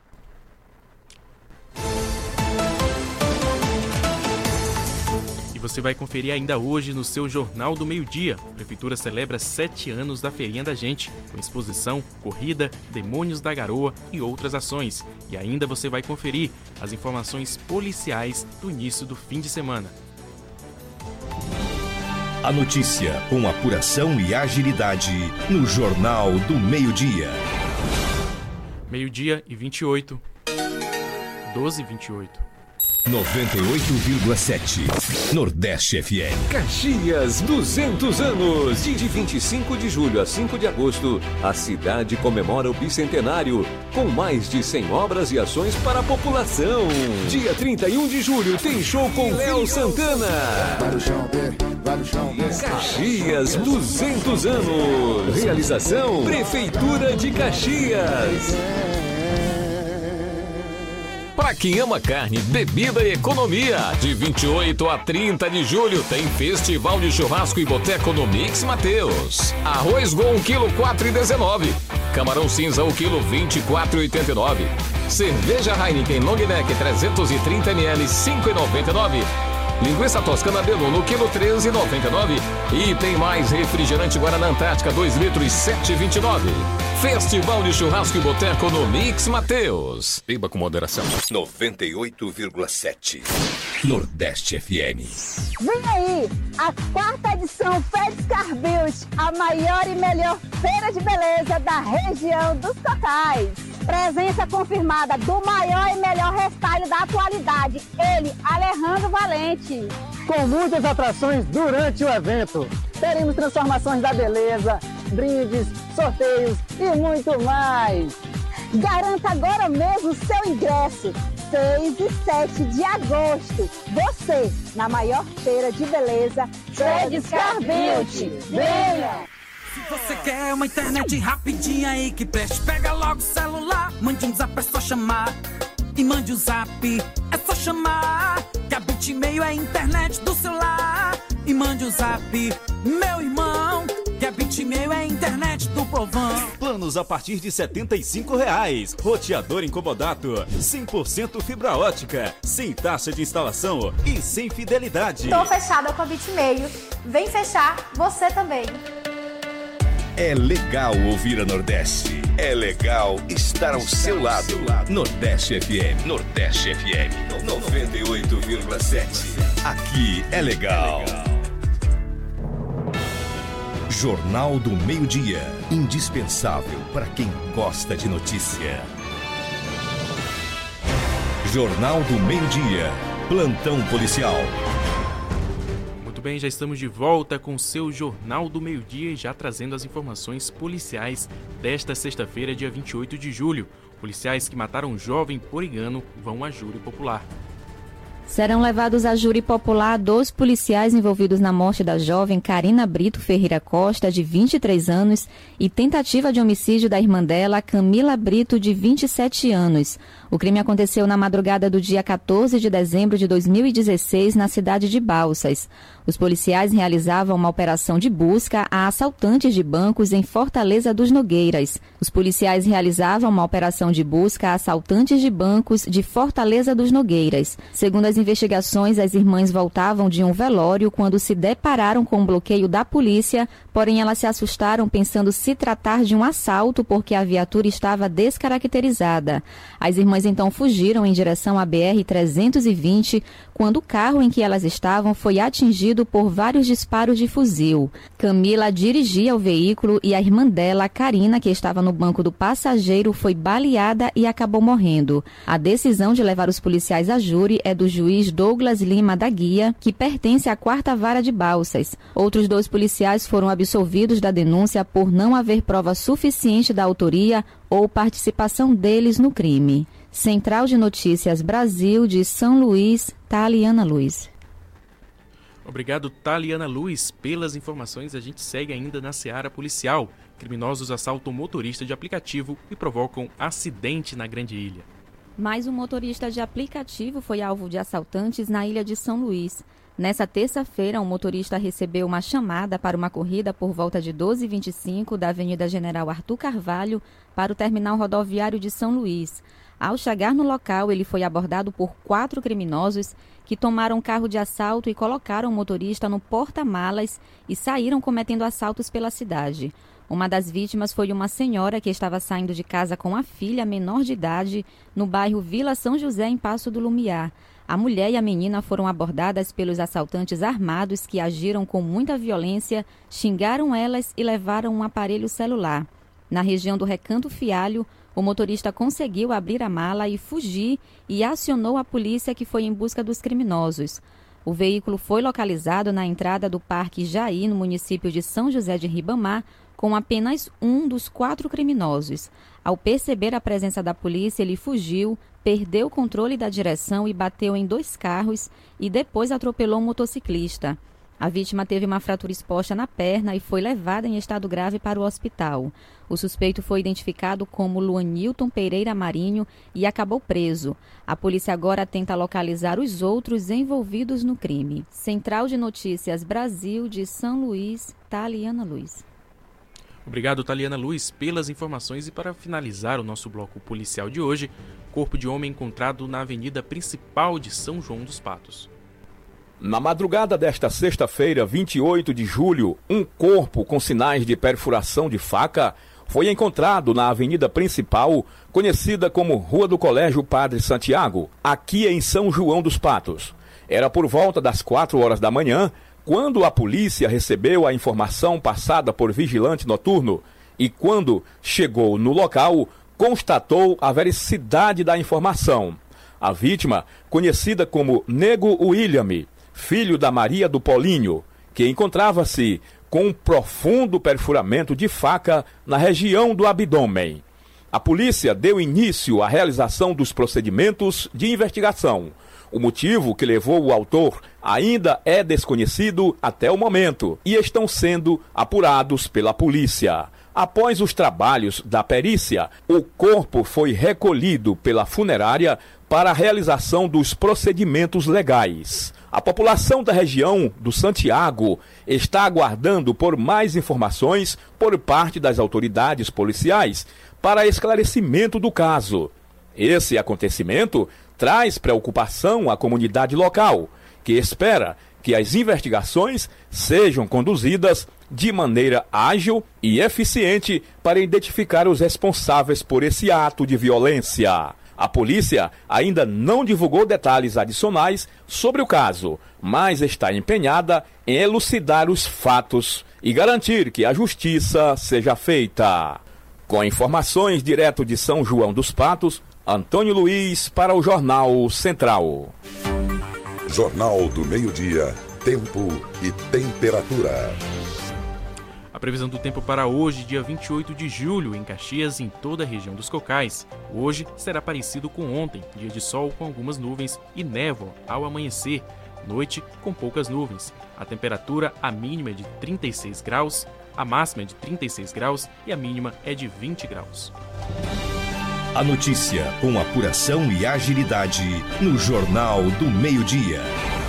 E você vai conferir ainda hoje no seu Jornal do Meio-Dia. A Prefeitura celebra sete anos da Feirinha da Gente, com exposição, corrida, demônios da garoa e outras ações. E ainda você vai conferir as informações policiais do início do fim de semana. A notícia com apuração e agilidade no Jornal do Meio-Dia. Meio-dia e vinte e oito. doze e vinte e oito. noventa e oito vírgula sete Nordeste F M. Caxias, duzentos anos. De vinte e cinco de julho a cinco de agosto, a cidade comemora o bicentenário, com mais de cem obras e ações para a população. Dia trinta e um de julho tem show com Léo Santana. Caxias, duzentos anos. Realização Prefeitura de Caxias. Para quem ama carne, bebida e economia, de vinte e oito a trinta de julho tem Festival de Churrasco e Boteco no Mix Mateus. Arroz Gol um quilo quatro reais e dezenove centavos. Camarão cinza um quilo vinte e quatro reais e oitenta e nove centavos. Cerveja Heineken Long Neck trezentos e trinta mililitros cinco reais e noventa e nove centavos. Linguiça toscana Belo no quilo treze reais e noventa e nove centavos. E tem mais refrigerante Guaraná Antártica dois litros sete reais e vinte e nove centavos. Festival de Churrasco e Boteco no Mix Mateus. Beba com moderação. noventa e oito vírgula sete Nordeste F M. Vem aí, a quarta edição FedScar Beauty, a maior e melhor feira de beleza da região dos Cocais. Presença confirmada do maior e melhor hairstyle da atualidade, ele, Alejandro Valente. Com muitas atrações durante o evento. Teremos transformações da beleza, brindes, sorteios e muito mais. Garanta agora mesmo seu ingresso. seis e sete de agosto. Você, na maior feira de beleza, FedScar Beauty. Venha! Se você quer uma internet rapidinha aí que preste, pega logo o celular, mande um zap, é só chamar. E mande um zap, é só chamar. Que a Bitmail é a internet do celular. E mande um zap, meu irmão. Que a Bitmail é a internet do povão. Planos a partir de setenta e cinco reais. Roteador incomodato, cem por cento fibra ótica, sem taxa de instalação e sem fidelidade. Tô fechada com a Bitmail. Vem fechar você também. É legal ouvir a Nordeste. É legal estar ao seu lado. Nordeste F M. Nordeste F M. noventa e oito vírgula sete. Aqui é legal. Jornal do Meio-Dia. Indispensável para quem gosta de notícia. Jornal do Meio-Dia. Plantão policial. Muito bem, já estamos de volta com o seu Jornal do Meio-Dia e já trazendo as informações policiais desta sexta-feira, dia vinte e oito de julho. Policiais que mataram um jovem por engano vão a júri popular. Serão levados a júri popular dois policiais envolvidos na morte da jovem Karina Brito Ferreira Costa, de vinte e três anos, e tentativa de homicídio da irmã dela, Camila Brito, de vinte e sete anos. O crime aconteceu na madrugada do dia quatorze de dezembro de dois mil e dezesseis, na cidade de Balsas. Os policiais realizavam uma operação de busca a assaltantes de bancos em Fortaleza dos Nogueiras. Os policiais realizavam uma operação de busca a assaltantes de bancos de Fortaleza dos Nogueiras. Segundo as investigações, as irmãs voltavam de um velório quando se depararam com o bloqueio da polícia, porém elas se assustaram pensando se tratar de um assalto porque a viatura estava descaracterizada. As irmãs então fugiram em direção à B R trezentos e vinte, quando o carro em que elas estavam foi atingido por vários disparos de fuzil. Camila dirigia o veículo e a irmã dela, Karina, que estava no banco do passageiro, foi baleada e acabou morrendo. A decisão de levar os policiais a júri é do juiz Douglas Lima da Guia, que pertence à quarta Vara de Balsas. Outros dois policiais foram absolvidos da denúncia por não haver prova suficiente da autoria ou participação deles no crime. Central de Notícias Brasil, de São Luís, Taliana Luz. Obrigado, Taliana Luz, pelas informações. A gente segue ainda na seara policial. Criminosos assaltam motorista de aplicativo e provocam acidente na Grande Ilha. Mais um motorista de aplicativo foi alvo de assaltantes na Ilha de São Luís. Nessa terça-feira, um motorista recebeu uma chamada para uma corrida por volta de doze e vinte e cinco da Avenida General Arthur Carvalho para o terminal rodoviário de São Luís. Ao chegar no local, ele foi abordado por quatro criminosos que tomaram um carro de assalto e colocaram o motorista no porta-malas e saíram cometendo assaltos pela cidade. Uma das vítimas foi uma senhora que estava saindo de casa com a filha menor de idade no bairro Vila São José, em Passo do Lumiar. A mulher e a menina foram abordadas pelos assaltantes armados que agiram com muita violência, xingaram elas e levaram um aparelho celular. Na região do Recanto Fialho, o motorista conseguiu abrir a mala e fugir e acionou a polícia, que foi em busca dos criminosos. O veículo foi localizado na entrada do Parque Jaí, no município de São José de Ribamar, com apenas um dos quatro criminosos. Ao perceber a presença da polícia, ele fugiu, perdeu o controle da direção e bateu em dois carros e depois atropelou um motociclista. A vítima teve uma fratura exposta na perna e foi levada em estado grave para o hospital. O suspeito foi identificado como Luanilton Pereira Marinho e acabou preso. A polícia agora tenta localizar os outros envolvidos no crime. Central de Notícias Brasil de São Luís, Taliana Luiz. Obrigado, Taliana Luiz, pelas informações. E para finalizar o nosso bloco policial de hoje, corpo de homem encontrado na avenida principal de São João dos Patos. Na madrugada desta sexta-feira, vinte e oito de julho, um corpo com sinais de perfuração de faca foi encontrado na avenida principal, conhecida como Rua do Colégio Padre Santiago, aqui em São João dos Patos. Era por volta das quatro horas da manhã, quando a polícia recebeu a informação passada por vigilante noturno e, quando chegou no local, constatou a veracidade da informação. A vítima, conhecida como Nego William, filho da Maria do Polinho, que encontrava-se com um profundo perfuramento de faca na região do abdômen. A polícia deu início à realização dos procedimentos de investigação. O motivo que levou o autor ainda é desconhecido até o momento e estão sendo apurados pela polícia. Após os trabalhos da perícia, o corpo foi recolhido pela funerária para a realização dos procedimentos legais. A população da região do Santiago está aguardando por mais informações por parte das autoridades policiais para esclarecimento do caso. Esse acontecimento traz preocupação à comunidade local, que espera que as investigações sejam conduzidas de maneira ágil e eficiente para identificar os responsáveis por esse ato de violência. A polícia ainda não divulgou detalhes adicionais sobre o caso, mas está empenhada em elucidar os fatos e garantir que a justiça seja feita. Com informações direto de São João dos Patos, Antônio Luiz para o Jornal Central. Jornal do Meio-Dia, Tempo e Temperatura. A previsão do tempo para hoje, dia vinte e oito de julho, em Caxias e em toda a região dos Cocais. Hoje será parecido com ontem, dia de sol com algumas nuvens e névoa ao amanhecer. Noite com poucas nuvens. A temperatura, a mínima é de trinta e seis graus, a máxima é de trinta e seis graus e a mínima é de vinte graus. A notícia com apuração e agilidade no Jornal do Meio-Dia.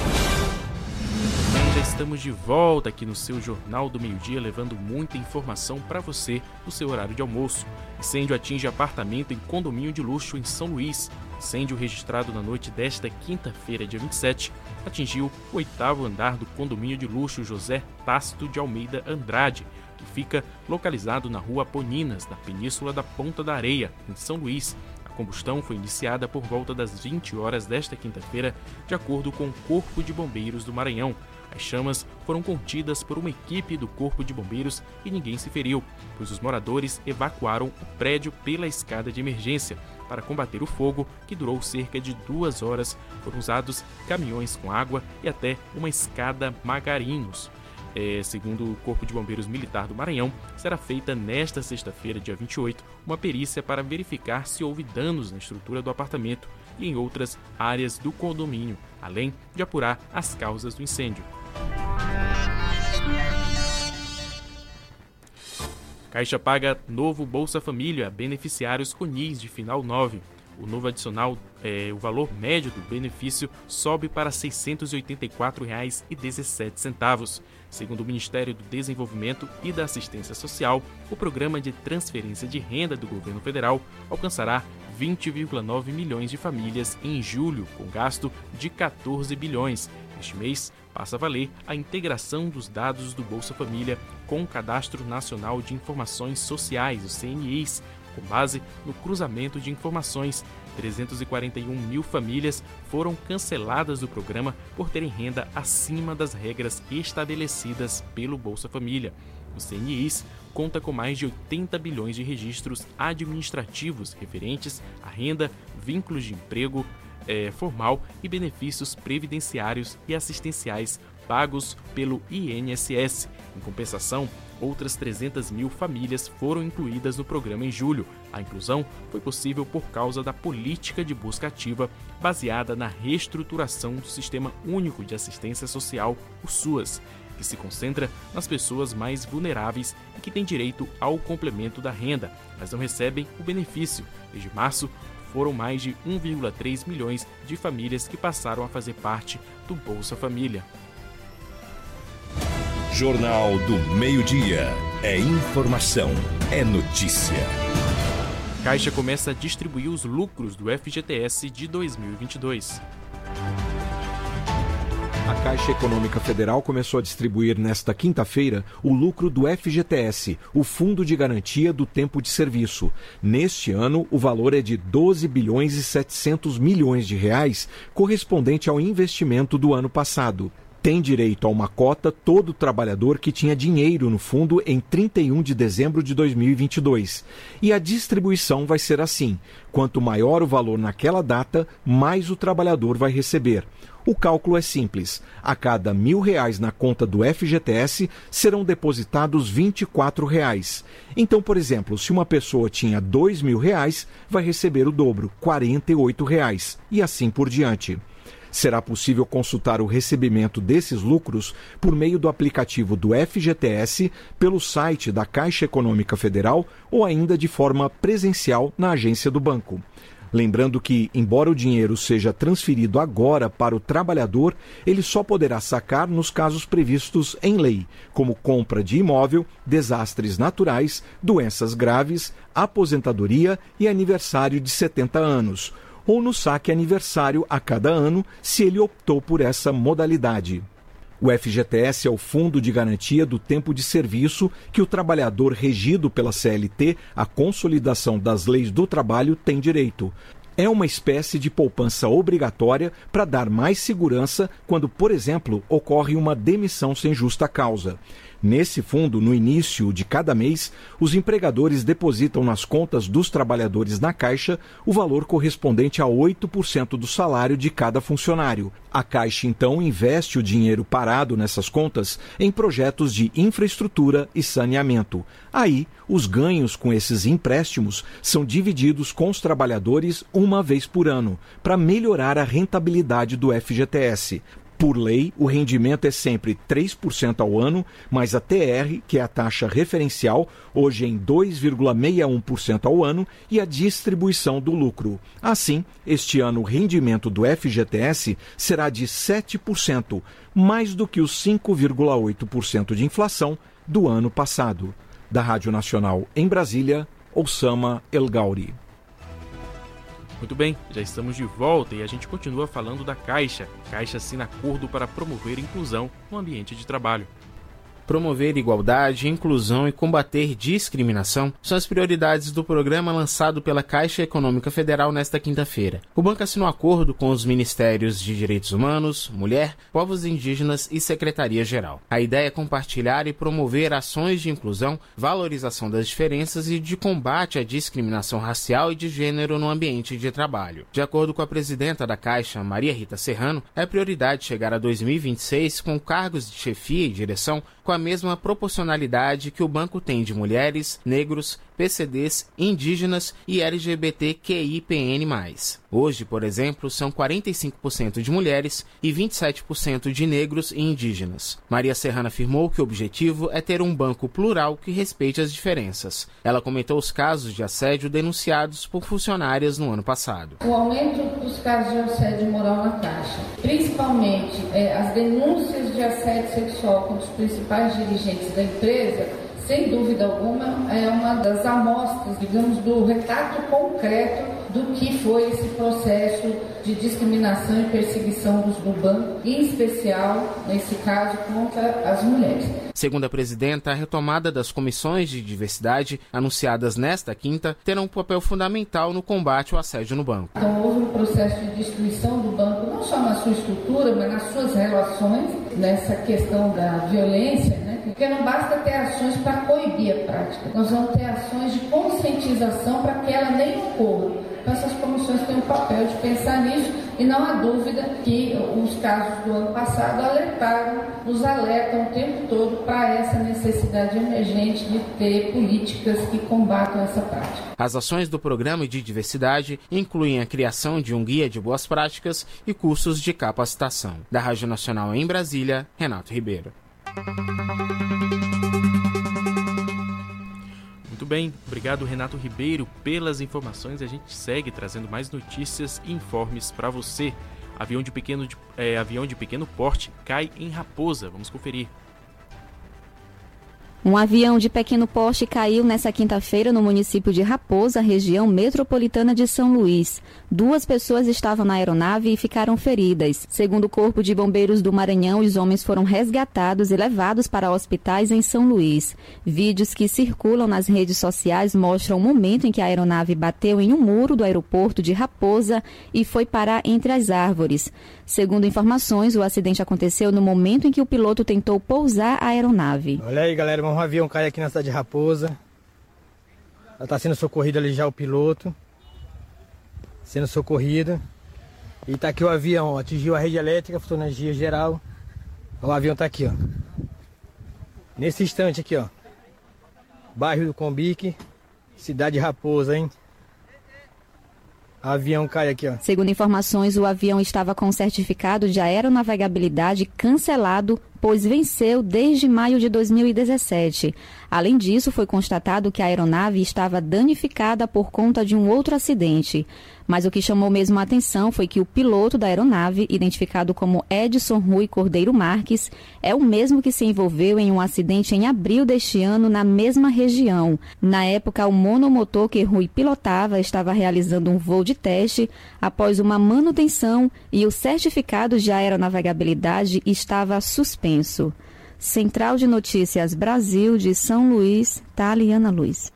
Já estamos de volta aqui no seu Jornal do Meio-Dia, levando muita informação para você no seu horário de almoço. Incêndio atinge apartamento em condomínio de luxo em São Luís. Incêndio registrado na noite desta quinta-feira, dia vinte e sete, atingiu o oitavo andar do condomínio de luxo José Tácito de Almeida Andrade, que fica localizado na rua Poninas, na Península da Ponta da Areia, em São Luís. A combustão foi iniciada por volta das vinte horas desta quinta-feira, de acordo com o Corpo de Bombeiros do Maranhão. As chamas foram contidas por uma equipe do Corpo de Bombeiros e ninguém se feriu, pois os moradores evacuaram o prédio pela escada de emergência. Para combater o fogo, que durou cerca de duas horas, foram usados caminhões com água e até uma escada Magarinos. É, segundo o Corpo de Bombeiros Militar do Maranhão, será feita nesta sexta-feira, dia vinte e oito, uma perícia para verificar se houve danos na estrutura do apartamento e em outras áreas do condomínio, além de apurar as causas do incêndio. Caixa paga novo Bolsa Família a beneficiários com N I S de final nove. O novo adicional, é, o valor médio do benefício sobe para seiscentos e oitenta e quatro reais e dezessete centavos. Segundo o Ministério do Desenvolvimento e da Assistência Social, o programa de transferência de renda do governo federal alcançará vinte vírgula nove milhões de famílias em julho, com gasto de quatorze bilhões. Este mês, passa a valer a integração dos dados do Bolsa Família com o Cadastro Nacional de Informações Sociais, o C N I S, com base no cruzamento de informações. trezentas e quarenta e um mil famílias foram canceladas do programa por terem renda acima das regras estabelecidas pelo Bolsa Família. O C N I S conta com mais de oitenta bilhões de registros administrativos referentes à renda, vínculos de emprego é, formal e benefícios previdenciários e assistenciais pagos pelo I N S S. Em compensação, Outras trezentas mil famílias foram incluídas no programa em julho. A inclusão foi possível por causa da política de busca ativa baseada na reestruturação do Sistema Único de Assistência Social, o SUAS, que se concentra nas pessoas mais vulneráveis e que têm direito ao complemento da renda, mas não recebem o benefício. Desde março, foram mais de um vírgula três milhões de famílias que passaram a fazer parte do Bolsa Família. Jornal do Meio-Dia. É informação, é notícia. Caixa começa a distribuir os lucros do F G T S de dois mil e vinte e dois. A Caixa Econômica Federal começou a distribuir nesta quinta-feira o lucro do F G T S, o Fundo de Garantia do Tempo de Serviço. Neste ano, o valor é de doze bilhões e setecentos milhões de reais, correspondente ao investimento do ano passado. Tem direito a uma cota todo trabalhador que tinha dinheiro no fundo em trinta e um de dezembro de dois mil e vinte e dois. E a distribuição vai ser assim: quanto maior o valor naquela data, mais o trabalhador vai receber. O cálculo é simples. A cada mil reais na conta do F G T S serão depositados vinte e quatro reais. Então, por exemplo, se uma pessoa tinha dois mil reais, vai receber o dobro, quarenta e oito reais. E assim por diante. Será possível consultar o recebimento desses lucros por meio do aplicativo do F G T S, pelo site da Caixa Econômica Federal ou ainda de forma presencial na agência do banco. Lembrando que, embora o dinheiro seja transferido agora para o trabalhador, ele só poderá sacar nos casos previstos em lei, como compra de imóvel, desastres naturais, doenças graves, aposentadoria e aniversário de setenta anos. Ou no saque aniversário a cada ano, se ele optou por essa modalidade. O F G T S é o Fundo de Garantia do Tempo de Serviço que o trabalhador regido pela C L T, a Consolidação das Leis do Trabalho, tem direito. É uma espécie de poupança obrigatória para dar mais segurança quando, por exemplo, ocorre uma demissão sem justa causa. Nesse fundo, no início de cada mês, os empregadores depositam nas contas dos trabalhadores na Caixa o valor correspondente a oito por cento do salário de cada funcionário. A Caixa, então, investe o dinheiro parado nessas contas em projetos de infraestrutura e saneamento. Aí, os ganhos com esses empréstimos são divididos com os trabalhadores uma vez por ano, para melhorar a rentabilidade do F G T S. Por lei, o rendimento é sempre três por cento ao ano, mais a T R, que é a taxa referencial, hoje em dois vírgula sessenta e um por cento ao ano, e a distribuição do lucro. Assim, este ano o rendimento do F G T S será de sete por cento, mais do que os cinco vírgula oito por cento de inflação do ano passado. Da Rádio Nacional em Brasília, Oussama El Gauri. Muito bem, já estamos de volta e a gente continua falando da Caixa. Caixa assina acordo para promover inclusão no ambiente de trabalho. Promover igualdade, inclusão e combater discriminação são as prioridades do programa lançado pela Caixa Econômica Federal nesta quinta-feira. O banco assinou acordo com os Ministérios de Direitos Humanos, Mulher, Povos Indígenas e Secretaria-Geral. A ideia é compartilhar e promover ações de inclusão, valorização das diferenças e de combate à discriminação racial e de gênero no ambiente de trabalho. De acordo com a presidenta da Caixa, Maria Rita Serrano, é prioridade chegar a dois mil e vinte e seis com cargos de chefia e direção com a mesma proporcionalidade que o banco tem de mulheres, negros, P C Ds, indígenas e L G B T Q I P N mais. Hoje, por exemplo, são quarenta e cinco por cento de mulheres e vinte e sete por cento de negros e indígenas. Maria Serrano afirmou que o objetivo é ter um banco plural que respeite as diferenças. Ela comentou os casos de assédio denunciados por funcionárias no ano passado. O aumento dos casos de assédio moral na Caixa, principalmente é, as denúncias de assédio sexual contra os principais dirigentes da empresa, sem dúvida alguma, é uma das amostras, digamos, do retrato concreto do que foi esse processo de discriminação e perseguição do banco, em especial, nesse caso, contra as mulheres. Segundo a presidenta, a retomada das comissões de diversidade, anunciadas nesta quinta, terão um papel fundamental no combate ao assédio no banco. Então, houve um processo de destruição do banco, não só na sua estrutura, mas nas suas relações, nessa questão da violência, né? Porque não basta ter ações para coibir a prática, nós vamos ter ações de conscientização para que ela nem ocorra. Então, essas comissões têm o papel de pensar nisso e não há dúvida que os casos do ano passado alertaram, nos alertam o tempo todo para observar essa necessidade emergente de ter políticas que combatam essa prática. As ações do Programa de Diversidade incluem a criação de um guia de boas práticas e cursos de capacitação. Da Rádio Nacional em Brasília, Renato Ribeiro. Muito bem, obrigado Renato Ribeiro pelas informações. A gente segue trazendo mais notícias e informes para você. Avião de, pequeno, é, avião de pequeno porte cai em Raposa. Vamos conferir. Um avião de pequeno porte caiu nesta quinta-feira no município de Raposa, região metropolitana de São Luís. Duas pessoas estavam na aeronave e ficaram feridas. Segundo o Corpo de Bombeiros do Maranhão, os homens foram resgatados e levados para hospitais em São Luís. Vídeos que circulam nas redes sociais mostram o momento em que a aeronave bateu em um muro do aeroporto de Raposa e foi parar entre as árvores. Segundo informações, o acidente aconteceu no momento em que o piloto tentou pousar a aeronave. Olha aí, galera, um avião cai aqui na cidade de Raposa. Ela está sendo socorrida ali já, o piloto. Sendo socorrido. E tá aqui o avião, ó, atingiu a rede elétrica, faltou energia geral. O avião tá aqui, ó. Nesse instante aqui, ó. Bairro do Combique, cidade de Raposa, hein? O avião cai aqui, ó. Segundo informações, o avião estava com certificado de aeronavegabilidade cancelado, pois venceu desde maio de dois mil e dezessete. Além disso, foi constatado que a aeronave estava danificada por conta de um outro acidente. Mas o que chamou mesmo a atenção foi que o piloto da aeronave, identificado como Edson Rui Cordeiro Marques, é o mesmo que se envolveu em um acidente em abril deste ano na mesma região. Na época, o monomotor que Rui pilotava estava realizando um voo de teste após uma manutenção e o certificado de aeronavegabilidade estava suspenso. Central de Notícias Brasil de São Luís, Taliana Luiz.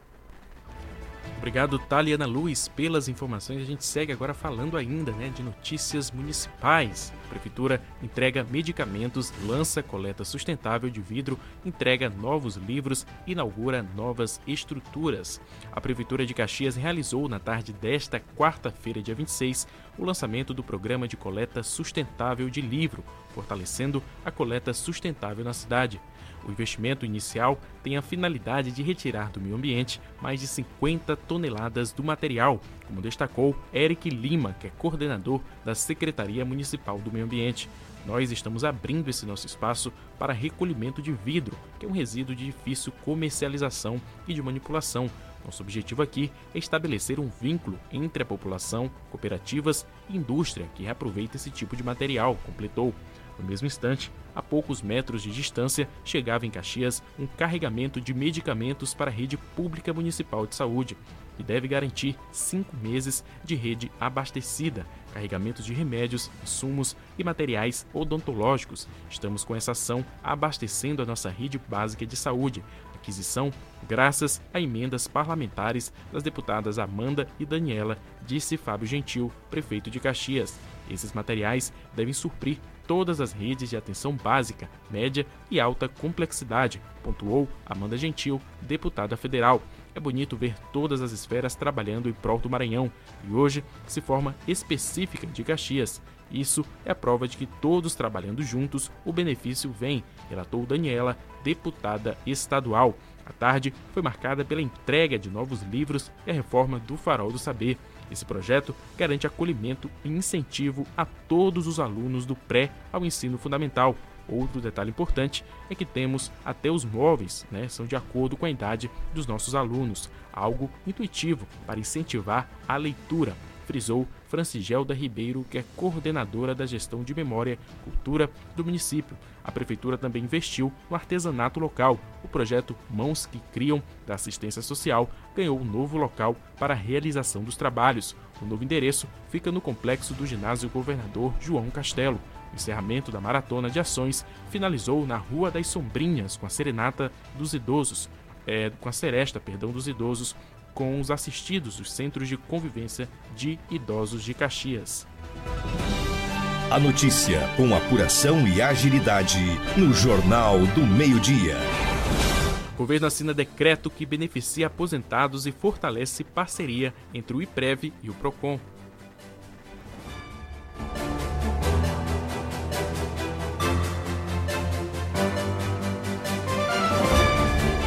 Obrigado, Taliana Luiz, pelas informações. A gente segue agora falando ainda, né, de notícias municipais. A Prefeitura entrega medicamentos, lança coleta sustentável de vidro, entrega novos livros, inaugura novas estruturas. A Prefeitura de Caxias realizou na tarde desta quarta-feira, dia vinte e seis, o lançamento do Programa de Coleta Sustentável de Livro, fortalecendo a coleta sustentável na cidade. O investimento inicial tem a finalidade de retirar do meio ambiente mais de cinquenta toneladas do material, como destacou Eric Lima, que é coordenador da Secretaria Municipal do Meio Ambiente. Nós estamos abrindo esse nosso espaço para recolhimento de vidro, que é um resíduo de difícil comercialização e de manipulação. Nosso objetivo aqui é estabelecer um vínculo entre a população, cooperativas e indústria que reaproveita esse tipo de material, completou. No mesmo instante, a poucos metros de distância, chegava em Caxias um carregamento de medicamentos para a rede pública municipal de saúde, que deve garantir cinco meses de rede abastecida, carregamentos de remédios, insumos e materiais odontológicos. Estamos com essa ação abastecendo a nossa rede básica de saúde. Aquisição graças a emendas parlamentares das deputadas Amanda e Daniela, disse Fábio Gentil, prefeito de Caxias. Esses materiais devem suprir todas as redes de atenção básica, média e alta complexidade, pontuou Amanda Gentil, deputada federal. É bonito ver todas as esferas trabalhando em prol do Maranhão e hoje se forma específica de Caxias. Isso é a prova de que todos trabalhando juntos o benefício vem, relatou Daniela, deputada estadual. A tarde foi marcada pela entrega de novos livros e a reforma do Farol do Saber. Esse projeto garante acolhimento e incentivo a todos os alunos do pré ao ensino fundamental. Outro detalhe importante é que temos até os móveis, né, são de acordo com a idade dos nossos alunos, algo intuitivo para incentivar a leitura, frisou Francigelda Ribeiro, que é coordenadora da gestão de memória e cultura do município. A prefeitura também investiu no artesanato local. O projeto Mãos que Criam, da assistência social, ganhou um novo local para a realização dos trabalhos. O novo endereço fica no complexo do ginásio Governador João Castelo. O encerramento da maratona de ações finalizou na Rua das Sombrinhas, com a serenata dos idosos, é, com a seresta, perdão, dos idosos, com os assistidos dos Centros de Convivência de Idosos de Caxias. A notícia com apuração e agilidade no Jornal do Meio-Dia. O governo assina decreto que beneficia aposentados e fortalece parceria entre o IPREV e o PROCON.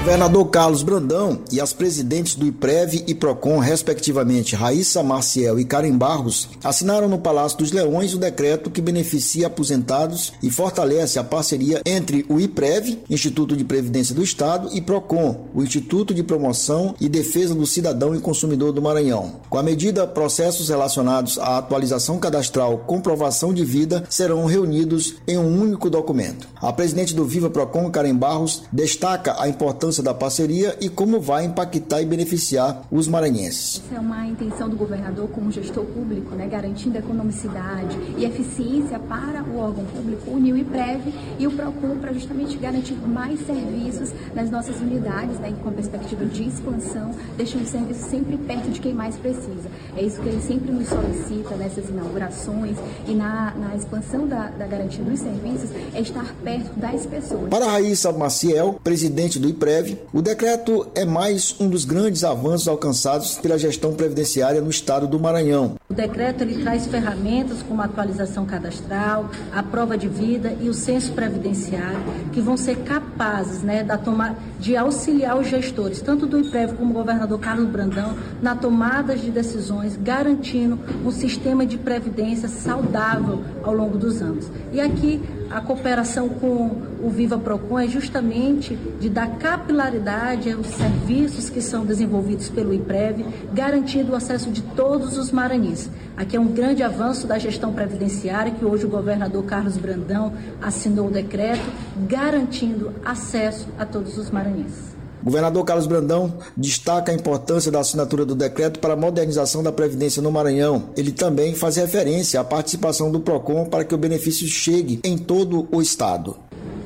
governador Carlos Brandão e as presidentes do IPREV e PROCON, respectivamente Raíssa Maciel e Karen Barros, assinaram no Palácio dos Leões o decreto que beneficia aposentados e fortalece a parceria entre o IPREV, Instituto de Previdência do Estado, e PROCON, o Instituto de Promoção e Defesa do Cidadão e Consumidor do Maranhão. Com a medida, processos relacionados à atualização cadastral, comprovação de vida, serão reunidos em um único documento. A presidente do Viva PROCON, Karen Barros, destaca a importância da parceria e como vai impactar e beneficiar os maranhenses. Essa é uma intenção do governador como gestor público, né, garantindo economicidade e eficiência para o órgão público, unir o IPREV e o PROCON para justamente garantir mais serviços nas nossas unidades, né, com a perspectiva de expansão, deixando o serviço sempre perto de quem mais precisa. É isso que ele sempre nos solicita nessas inaugurações e na, na expansão da, da garantia dos serviços, é estar perto das pessoas. Para Raíssa Maciel, presidente do IPREV, o decreto é mais um dos grandes avanços alcançados pela gestão previdenciária no estado do Maranhão. O decreto ele traz ferramentas como a atualização cadastral, a prova de vida e o censo previdenciário, que vão ser capazes, né, da toma, de auxiliar os gestores, tanto do IPREV como o governador Carlos Brandão, na tomada de decisões, garantindo um sistema de previdência saudável ao longo dos anos. E aqui a cooperação com o Viva PROCON é justamente de dar capilaridade aos serviços que são desenvolvidos pelo IPREV, garantindo o acesso de todos os maranhenses. Aqui é um grande avanço da gestão previdenciária, que hoje o governador Carlos Brandão assinou o decreto, garantindo acesso a todos os maranhenses. O governador Carlos Brandão destaca a importância da assinatura do decreto para a modernização da Previdência no Maranhão. Ele também faz referência à participação do PROCON para que o benefício chegue em todo o estado.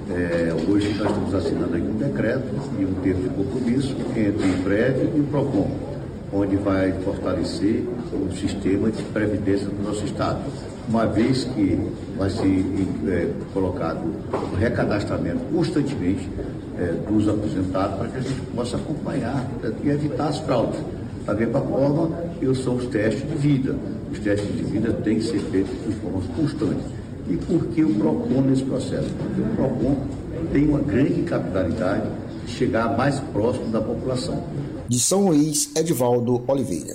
É, hoje nós estamos assinando aqui um decreto e um termo de compromisso entre o IPREV e o PROCON, onde vai fortalecer o sistema de previdência do nosso estado, uma vez que vai ser é, colocado o recadastramento constantemente é, dos aposentados para que a gente possa acompanhar e evitar as fraudes. Da mesma forma, eu sou os testes de vida. Os testes de vida têm que ser feitos de forma constante. E por que o PROCON nesse processo? Porque o PROCON tem uma grande capilaridade de chegar mais próximo da população. De São Luís, Edivaldo Oliveira.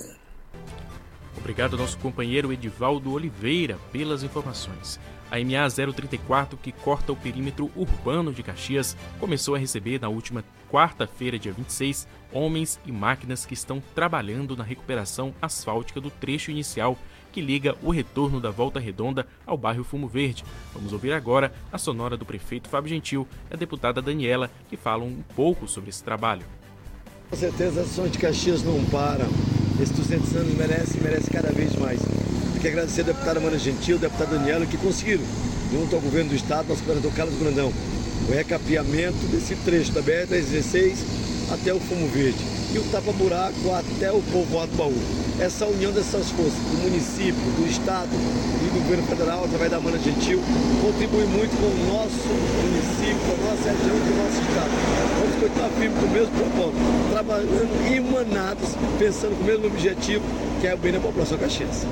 Obrigado ao nosso companheiro Edivaldo Oliveira pelas informações. A M A zero trinta e quatro, que corta o perímetro urbano de Caxias, começou a receber na última quarta-feira, dia vinte e seis, homens e máquinas que estão trabalhando na recuperação asfáltica do trecho inicial que liga o retorno da Volta Redonda ao bairro Fumo Verde. Vamos ouvir agora a sonora do prefeito Fábio Gentil e a deputada Daniela, que falam um pouco sobre esse trabalho. Com certeza as ações de Caxias não param. Esses duzentos anos merece, merece cada vez mais. Quero agradecer a deputada Mana Gentil, a deputada Daniela, que conseguiram, junto ao governo do estado, nosso governador Carlos Brandão, o recapeamento desse trecho da B R trezentos e dezesseis até o Fumo Verde e o tapa-buraco até o povoado Baú. Essa união dessas forças do município, do estado e do governo federal, através da Mana Gentil, contribui muito com o nosso município, com a nossa região e com o nosso estado. Vamos continuar firmes com o mesmo propósito, trabalhando emanados, pensando com o mesmo objetivo, que é o bem da população caxiense.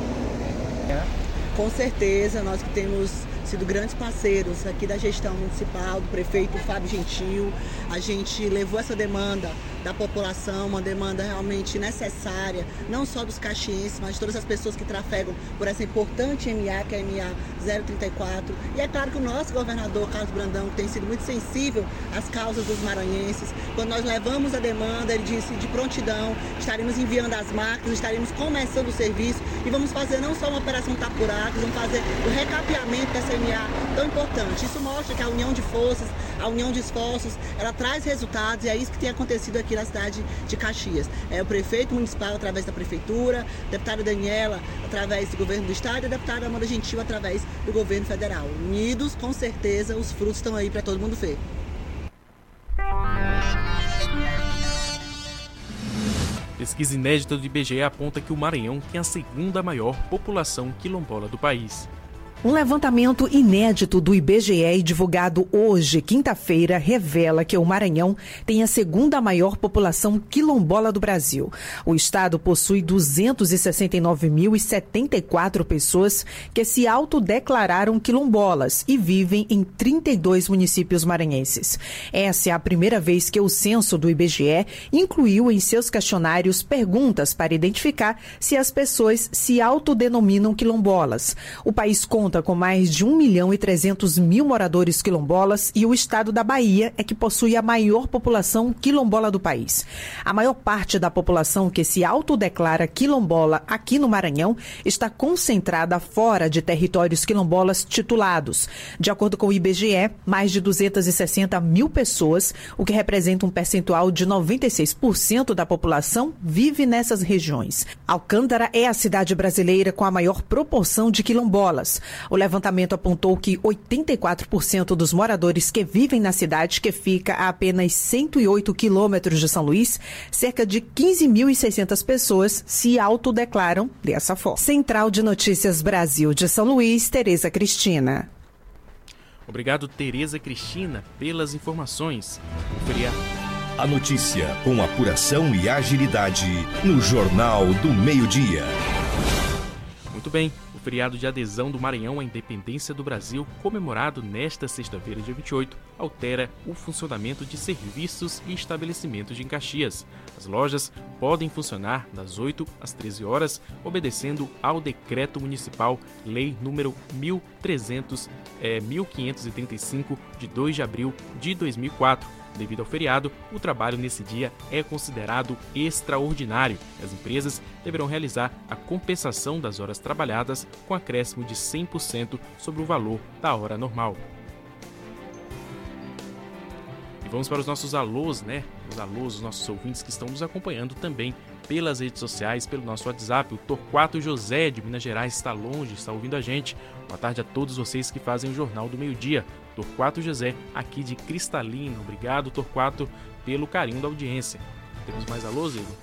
Com certeza, nós que temos sido grandes parceiros aqui da gestão municipal, do prefeito Fábio Gentil, a gente levou essa demanda da população, uma demanda realmente necessária, não só dos caxienses, mas de todas as pessoas que trafegam por essa importante M A, que é a M A zero trinta e quatro. E é claro que o nosso governador, Carlos Brandão, tem sido muito sensível às causas dos maranhenses. Quando nós levamos a demanda, ele disse de prontidão, estaremos enviando as máquinas, estaremos começando o serviço e vamos fazer não só uma operação tapa-buracos, vamos fazer o recapeamento dessa M A tão importante. Isso mostra que a união de forças, a união de esforços, ela traz resultados e é isso que tem acontecido aqui na cidade de Caxias. É o prefeito municipal através da prefeitura, a deputada Daniela através do governo do estado e a deputada Amanda Gentil através do governo federal. Unidos, com certeza, os frutos estão aí para todo mundo ver. Pesquisa inédita do I B G E aponta que o Maranhão tem a segunda maior população quilombola do país. Um levantamento inédito do I B G E divulgado hoje, quinta-feira, revela que o Maranhão tem a segunda maior população quilombola do Brasil. O estado possui duzentos e sessenta e nove mil e setenta e quatro pessoas que se autodeclararam quilombolas e vivem em trinta e dois municípios maranhenses. Essa é a primeira vez que o censo do I B G E incluiu em seus questionários perguntas para identificar se as pessoas se autodenominam quilombolas. O país conta com mais de um milhão e trezentos mil moradores quilombolas e o estado da Bahia é que possui a maior população quilombola do país. A maior parte da população que se autodeclara quilombola aqui no Maranhão está concentrada fora de territórios quilombolas titulados. De acordo com o I B G E, mais de duzentas e sessenta mil pessoas, o que representa um percentual de noventa e seis por cento da população, vive nessas regiões. Alcântara é a cidade brasileira com a maior proporção de quilombolas. O levantamento apontou que oitenta e quatro por cento dos moradores que vivem na cidade, que fica a apenas cento e oito quilômetros de São Luís, cerca de quinze mil e seiscentas pessoas se autodeclaram dessa forma. Central de Notícias Brasil de São Luís, Tereza Cristina. Obrigado, Tereza Cristina, pelas informações. A notícia com apuração e agilidade no Jornal do Meio-Dia. Muito bem. O feriado de adesão do Maranhão à independência do Brasil, comemorado nesta sexta-feira, dia vinte e oito, altera o funcionamento de serviços e estabelecimentos de Caxias. As lojas podem funcionar das oito às treze horas, obedecendo ao Decreto Municipal Lei número mil trezentos, é, mil quinhentos e trinta e cinco, de dois de abril de dois mil e quatro. Devido ao feriado, o trabalho nesse dia é considerado extraordinário. As empresas deverão realizar a compensação das horas trabalhadas com acréscimo de cem por cento sobre o valor da hora normal. E vamos para os nossos alôs, né? Os alôs, os nossos ouvintes que estão nos acompanhando também pelas redes sociais, pelo nosso WhatsApp. O Torquato José, de Minas Gerais, está longe, está ouvindo a gente. Boa tarde a todos vocês que fazem o Jornal do Meio-Dia. Torquato José, aqui de Cristalina. Obrigado, Torquato, pelo carinho da audiência. Temos mais alôs, Igor?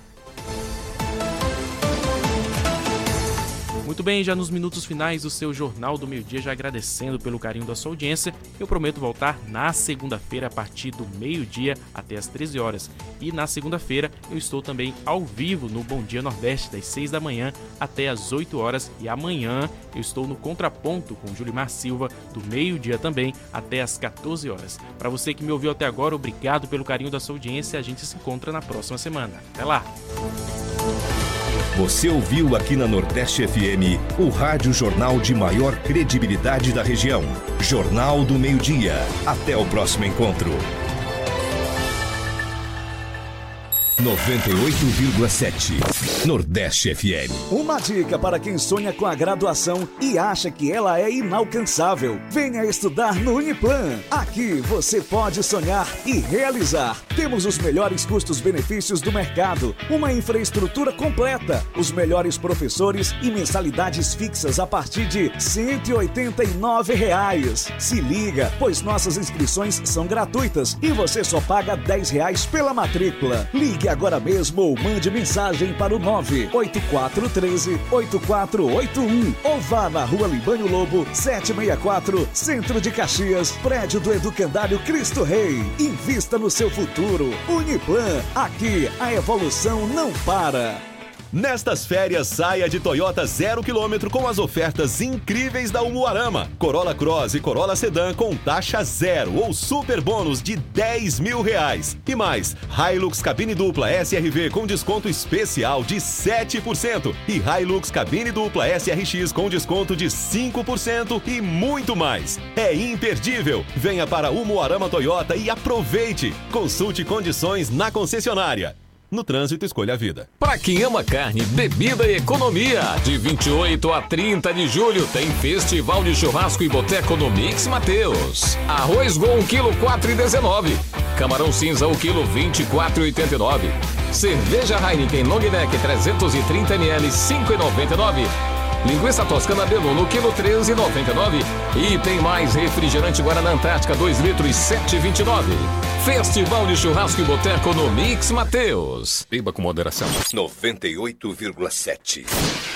Muito bem, já nos minutos finais do seu Jornal do Meio-Dia, já agradecendo pelo carinho da sua audiência, eu prometo voltar na segunda-feira a partir do meio-dia até as treze horas. E na segunda-feira eu estou também ao vivo no Bom Dia Nordeste, das seis da manhã até as oito horas. E amanhã eu estou no Contraponto com o Julimar Silva, do meio-dia também até as quatorze horas. Para você que me ouviu até agora, obrigado pelo carinho da sua audiência. A gente se encontra na próxima semana. Até lá! Você ouviu aqui na Nordeste F M o rádio jornal de maior credibilidade da região. Jornal do Meio-Dia. Até o próximo encontro. noventa e oito vírgula sete Nordeste F M. Uma dica para quem sonha com a graduação e acha que ela é inalcançável. Venha estudar no Uniplan. Aqui você pode sonhar e realizar. Temos os melhores custos-benefícios do mercado, uma infraestrutura completa, os melhores professores e mensalidades fixas a partir de cento e oitenta e nove reais. Se liga, pois nossas inscrições são gratuitas e você só paga dez reais pela matrícula. Ligue agora mesmo ou mande mensagem para o nove oito quatro um três oito quatro oito um ou vá na Rua Libânio Lobo, setecentos e sessenta e quatro, Centro de Caxias, prédio do Educandário Cristo Rei. Invista no seu futuro. Uniplan, aqui a evolução não para. Nestas férias, saia de Toyota zero quilômetro com as ofertas incríveis da Umuarama. Corolla Cross e Corolla Sedan com taxa zero ou super bônus de dez mil reais. E mais, Hilux cabine dupla S R V com desconto especial de sete por cento e Hilux cabine dupla S R X com desconto de cinco por cento e muito mais. É imperdível. Venha para Umuarama Toyota e aproveite. Consulte condições na concessionária. No trânsito, escolha a vida. Para quem ama carne, bebida e economia, de vinte e oito a trinta de julho tem Festival de Churrasco e Boteco no Mix Mateus. Arroz Gol um quilo quatro reais e dezenove centavos. Camarão cinza um quilo vinte e quatro reais e oitenta e nove centavos. Cerveja Heineken Long Neck trezentos e trinta mililitros cinco reais e noventa e nove centavos. Linguiça toscana Belo no quilo treze reais e noventa e nove centavos. E tem mais refrigerante Guaraná Antártica dois litros sete reais e vinte e nove centavos. Festival de Churrasco e Boteco no Mix Mateus. Beba com moderação. noventa e oito vírgula sete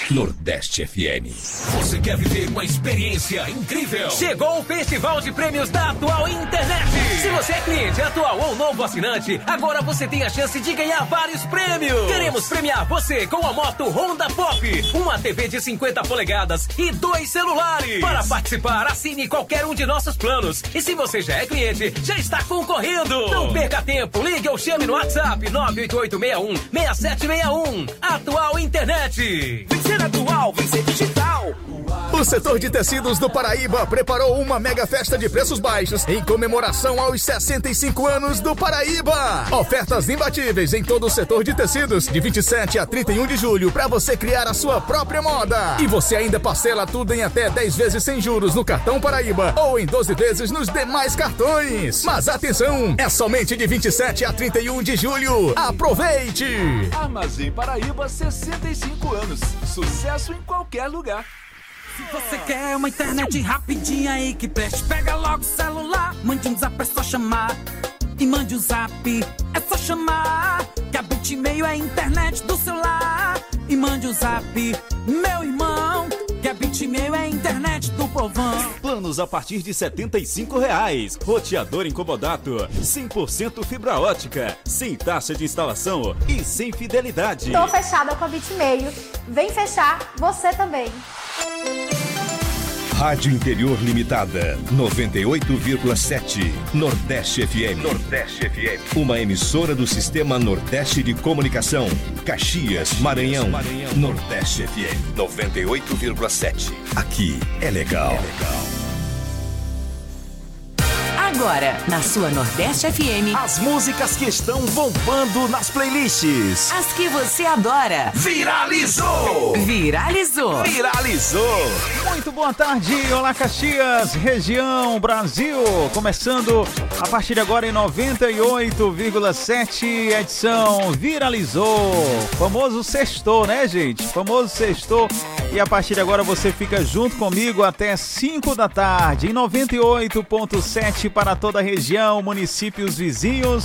Nordeste F M. Você quer viver uma experiência incrível? Chegou o Festival de Prêmios da Atual Internet. Se você é cliente atual ou novo assinante, agora você tem a chance de ganhar vários prêmios. Queremos premiar você com a moto Honda Pop, uma T V de cinquenta polegadas e dois celulares. Para participar, assine qualquer um de nossos planos. E se você já é cliente, já está concorrendo. Não perca tempo, ligue ou chame no WhatsApp nove oito oito seis um seis sete seis um. Atual Internet. Vencer atual, vencer digital. O setor de tecidos do Paraíba preparou uma mega festa de preços baixos em comemoração aos sessenta e cinco anos do Paraíba. Ofertas imbatíveis em todo o setor de tecidos de vinte e sete a trinta e um de julho para você criar a sua própria moda. E você ainda parcela tudo em até dez vezes sem juros no cartão Paraíba ou em doze vezes nos demais cartões. Mas atenção, é somente de vinte e sete a trinta e um de julho. Aproveite! Armazém Paraíba, sessenta e cinco anos. Sucesso em qualquer lugar. Se você quer uma internet rapidinha aí que preste, pega logo o celular, mande um zap, é só chamar. E mande um zap, é só chamar. Que a Bitmail é a internet do celular. E mande um zap, meu irmão. Que a Bitmail é a internet do povão. Planos a partir de setenta e cinco reais. Roteador incomodato, cem por cento fibra ótica, sem taxa de instalação e sem fidelidade. Tô fechada com a Bitmail. Vem fechar você também. Rádio Interior Limitada, noventa e oito vírgula sete, Nordeste F M. Nordeste F M. Uma emissora do Sistema Nordeste de Comunicação. Caxias, Maranhão. Maranhão. Nordeste F M, noventa e oito vírgula sete. Aqui é legal. É legal. Agora, na sua Nordeste F M, as músicas que estão bombando nas playlists. As que você adora. Viralizou! Viralizou! Viralizou! Muito boa tarde, olá Caxias, região, Brasil. Começando a partir de agora em noventa e oito vírgula sete, edição Viralizou. Famoso sextou, né, gente? Famoso sextou. E a partir de agora você fica junto comigo até cinco da tarde, em noventa e oito ponto sete para toda a região, municípios vizinhos.